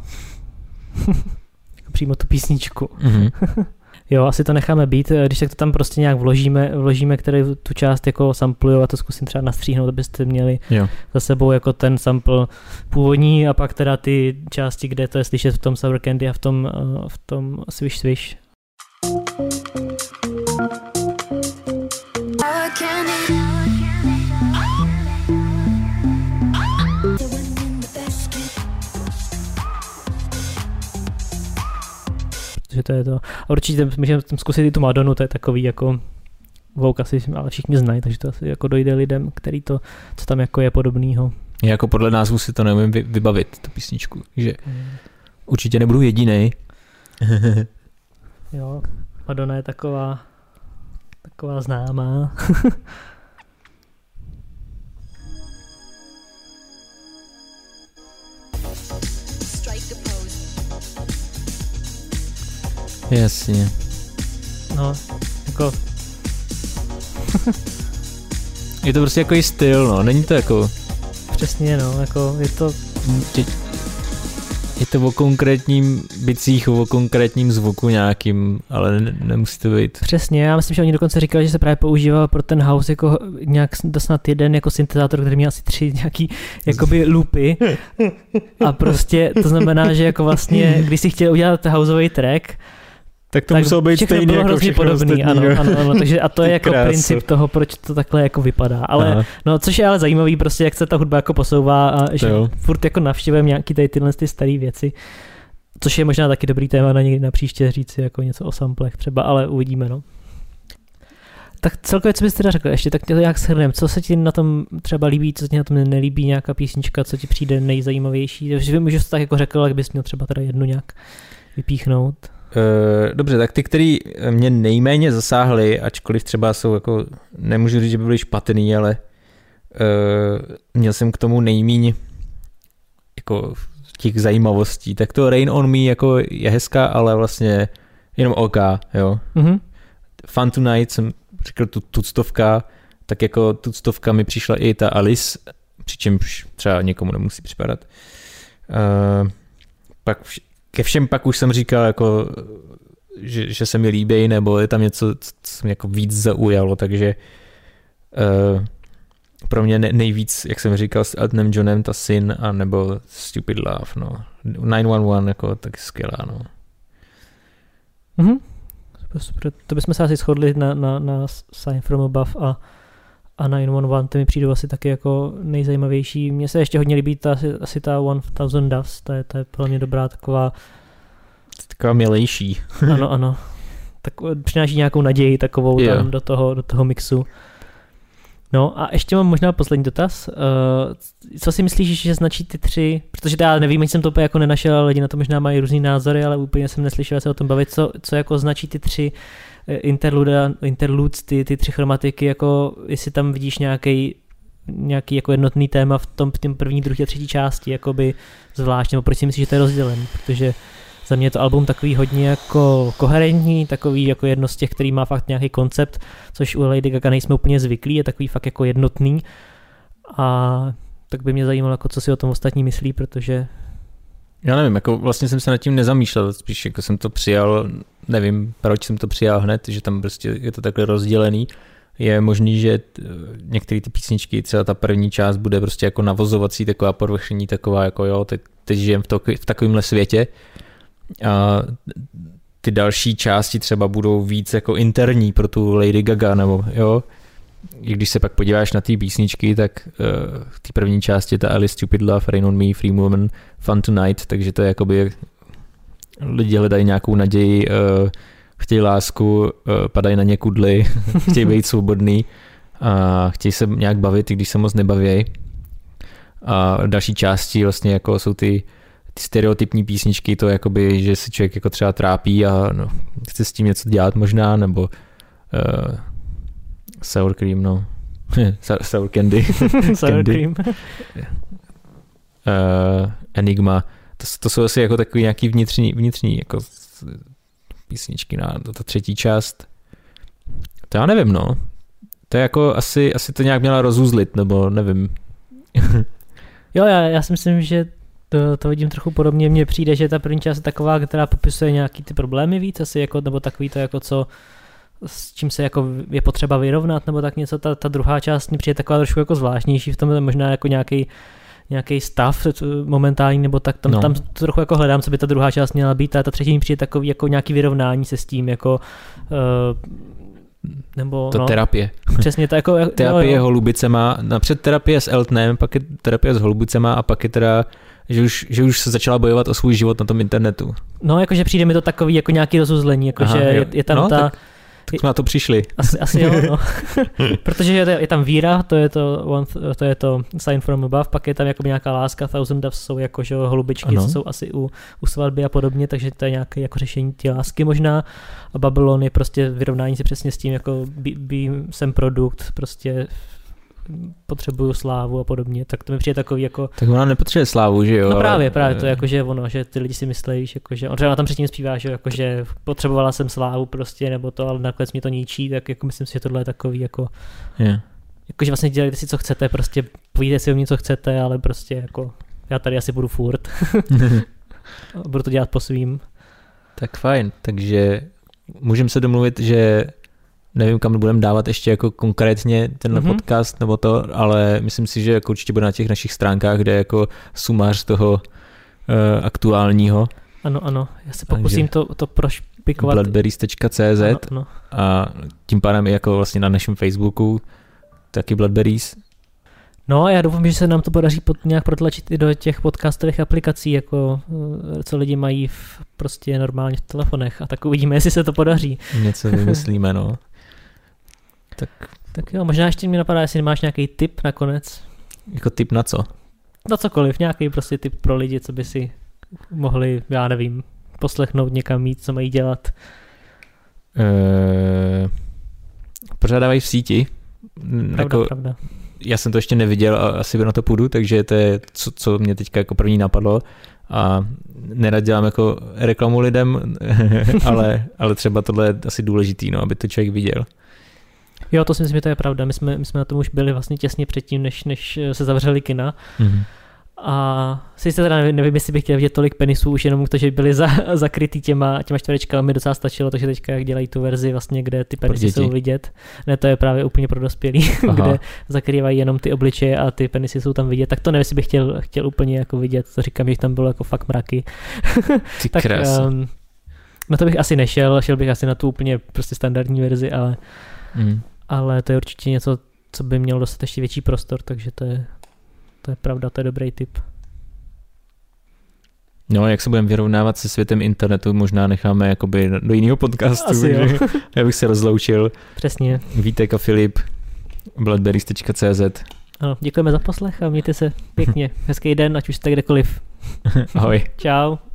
A: Jako přímo tu písničku. Mm-hmm. Jo, asi to necháme být, když tak to tam prostě nějak vložíme, vložíme, který tu část jako samplujou a to zkusím třeba nastříhnout, abyste měli jo. za sebou jako ten sample původní a pak teda ty části, kde to je slyšet v tom Sour Candy a v tom, v tom Swish Swish. Že to je to. A určitě můžeme zkusit i tu Madonu, to je takový jako Vogue asi, ale všichni znají, takže to asi jako dojde lidem, který to, co tam jako je podobného.
B: Já jako podle názvu si to neumím vybavit, tu písničku, že hmm. určitě nebudu jedinej.
A: Jo, Madonna je taková taková známá.
B: Jasně.
A: No, jako...
B: je to prostě jako i styl, no, není to jako...
A: Přesně, no, jako je to...
B: Je to o konkrétním bicích, o konkrétním zvuku nějakým, ale ne, nemusí to být.
A: Přesně, já myslím, že oni dokonce říkali, že se právě používal pro ten house jako nějak snad jeden jako syntezátor, který měl asi tři nějaký jakoby loopy a prostě to znamená, že jako vlastně, když si chtěl udělat houseový track,
B: tak to tak muselo být stejný
A: bylo
B: jako
A: všechno podobný, ano, ano, ano, takže a to je jako krásu. Princip toho, proč to takhle jako vypadá, ale aha. No, což je ale zajímavý prostě, jak se ta hudba jako posouvá a že jo. Furt jako navštěvujeme nějaký tady tyhle ty staré věci, což je možná taky dobrý téma na někdy na příště říct jako něco o samplech třeba, ale uvidíme, no. Tak celkově, co bys teda řekl, ještě tak to nějak shrnem, co se ti na tom třeba líbí, co ti na tom nelíbí, nějaká písnička, co ti přijde nejzajímavější, takže vím, že jsi tak jako řekl, jak bys měl třeba teda jednu nějak vypíchnout.
B: Dobře, tak ty, který mě nejméně zasáhly, ačkoliv třeba jsou jako, nemůžu říct, že by byly špatný, ale uh, měl jsem k tomu nejmíň jako těch zajímavostí, tak to Rain on Me jako je hezká, ale vlastně jenom OK, jo. Mm-hmm. Fun Tonight jsem řekl tu tuctovka, tak jako tuctovka mi přišla i ta Alice, přičemž třeba někomu nemusí připadat. Uh, pak Ke všem pak už jsem říkal, jako, že, že se mi líbí, nebo je tam něco, co mě jako víc zaujalo, takže uh, pro mě nejvíc, jak jsem říkal, s Eltonem Johnem ta Sin, a nebo Stupid Love, no. nine one one, jako taky skvělá, no.
A: Mhm. Super, to bychom se asi shodli na, na, na Sign from Above a, a nine one one, to mi přijde asi taky jako nejzajímavější. Mně se ještě hodně líbí ta, asi, asi ta One Thousand Doves, to je, to je pro mě dobrá taková...
B: Taková milejší.
A: Ano, ano. Tak přináší nějakou naději takovou yeah. tam do toho, do toho mixu. No a ještě mám možná poslední dotaz. Uh, co si myslíš, že značí ty tři, protože já nevím, jestli jsem to úplně jako nenašel, ale lidi na to možná mají různý názory, ale úplně jsem neslyšel se o tom bavit, co, co jako značí ty tři interluda, interludes, ty, ty tři chromatiky, jako jestli tam vidíš nějaký nějaký jako jednotný téma v tom, v tom první, druhé a třetí části, jakoby zvlášť, nebo proč si myslíš, že to je rozdělen, protože za mě je to album takový hodně jako koherentní, takový jako jedno z těch, který má fakt nějaký koncept, což u Lady Gaga nejsme úplně zvyklí, je takový fakt jako jednotný a tak by mě zajímalo, jako co si o tom ostatní myslí, protože
B: já nevím, jako vlastně jsem se nad tím nezamýšlel, spíš jako jsem to přijal, nevím, proč jsem to přijal hned, že tam prostě je to takhle rozdělený. Je možný, že některé ty písničky, třeba ta první část bude prostě jako navozovací, taková povrchní, taková jako jo, teď, teď žijem v, to, v takovémhle světě. A ty další části třeba budou víc jako interní pro tu Lady Gaga, nebo jo. I když se pak podíváš na ty písničky, tak uh, ty první části, ta Alice, Stupid Love, Rain on Me, Free Woman, Fun Tonight, takže to je jakoby lidi hledají nějakou naději, uh, chtějí lásku, padají na ně kudly, chtějí být svobodný a chtějí se nějak bavit, i když se moc nebavějí. A další části vlastně jako jsou ty, ty stereotypní písničky, to jakoby, že se člověk jako třeba trápí a no, chce s tím něco dělat možná, nebo uh, sour cream, no. sour candy.
A: sour
B: candy.
A: cream.
B: uh, Enigma. To, to jsou asi jako takový nějaký vnitřní, vnitřní jako písničky na ta třetí část. To já nevím, no. To je jako asi, asi to nějak měla rozuzlit, nebo nevím.
A: Jo, já, já si myslím, že to, to vidím trochu podobně. Mně přijde, že ta první část je taková, která popisuje nějaký ty problémy víc, asi jako, nebo takový to jako co, s čím se jako je potřeba vyrovnat, nebo tak něco. Ta, ta druhá část mi přijde taková trošku jako zvláštnější, v tom možná jako nějaký nějaký stav momentální, nebo tak tam, no. tam trochu jako hledám, co by ta druhá část měla být, a ta třetí mi přijde takový jako nějaký vyrovnání se s tím, jako uh, nebo
B: to
A: no,
B: terapie.
A: Přesně to jako
B: terapie
A: jo, jo.
B: holubicema, napřed terapie s Eltonem, pak je terapie s holubicema a pak je teda že už, že už se začala bojovat o svůj život na tom internetu.
A: No, jakože přijde mi to takový jako nějaký rozuzlení, jakože je, je tam
B: no,
A: ta
B: tak, tak jsme na to přišli.
A: Asi, asi jo, no. Protože je, je tam víra, to je to, one, to je to Sign from Above, pak je tam jako nějaká láska, Thousand Doves jsou jako že holubičky, ano. Co jsou asi u, u svatby a podobně, takže to je nějaké jako řešení té lásky možná. A Babylon je prostě vyrovnání se přesně s tím, jako bí, bí, jsem produkt, prostě potřebuju slávu a podobně, tak to mi přijde takový jako...
B: Tak ona nepotřebuje slávu, že jo?
A: No právě,
B: ale...
A: právě to je jako, že ono, že ty lidi si myslí, že jako, že on třeba tam předtím zpívá, že jako, že potřebovala jsem slávu prostě, nebo to, ale nakonec mě to ničí, tak jako myslím si, že tohle je takový jako...
B: Yeah.
A: Jako, že vlastně dělejte si, co chcete, prostě povíte si o mě, co chcete, ale prostě jako já tady asi budu furt. Budu to dělat po svým.
B: Tak fajn, takže můžeme se domluvit, že nevím, kam budeme dávat ještě jako konkrétně tenhle mm-hmm. podcast nebo to, ale myslím si, že jako určitě bude na těch našich stránkách, kde je jako sumář toho uh, aktuálního.
A: Ano, ano, já se pokusím to, to prošpikovat.
B: bloodberries tečka cé zet ano, ano. A tím pádem i jako vlastně na našem Facebooku taky Bloodberries.
A: No a já doufám, že se nám to podaří pod, nějak protlačit i do těch podcastových aplikací, jako co lidi mají v, prostě normálně v telefonech, a tak uvidíme, jestli se to podaří.
B: Něco vymyslíme, no. Tak.
A: tak jo, možná ještě mi napadá, jestli máš nějaký tip nakonec.
B: Jako tip na co?
A: Na cokoliv, nějaký prostě tip pro lidi, co by si mohli, já nevím, poslechnout někam mít, co mají dělat.
B: Eee, pořádávají v síti.
A: Pravda,
B: jako,
A: pravda.
B: Já jsem to ještě neviděl a asi by na to půjdu, takže to je, co, co mě teďka jako první napadlo. A nerad dělám jako reklamu lidem, ale, ale třeba tohle je asi důležitý, no, aby to člověk viděl.
A: Jo, to si myslím, že to je pravda. My jsme, my jsme na tom už byli vlastně těsně předtím, než, než se zavřeli kina. Mm-hmm. A sice teda nevím, nevím, jestli bych chtěl vidět tolik penisů, už jenom to, že byli za, zakrytý těma, těma čtverečkami, mi docela stačilo, takže teďka jak dělají tu verzi vlastně, kde ty penisy jsou vidět. Ne, to je právě úplně pro dospělý, kde zakrývají jenom ty obličeje a ty penisy jsou tam vidět. Tak to nevím, jestli bych chtěl, chtěl úplně jako vidět, to říkám, že tam bylo jako fakt mraky.
B: Ty
A: tak um, na to bych asi nešel, šel bych asi na tu úplně prostě standardní verzi, ale, mm. ale to je určitě něco, co by mělo dostat ještě větší prostor, takže to je To je pravda, to je dobrý tip.
B: No, jak se budeme vyrovnávat se světem internetu, možná necháme jakoby do jiného podcastu.
A: Asi jo.
B: Já bych se rozloučil.
A: Přesně.
B: Vítek a Filip, bloodberries tečka cé zet.
A: Ano, děkujeme za poslech a mějte se pěkně. Hezký den, ať už jste kdekoliv.
B: Ahoj.
A: Čau.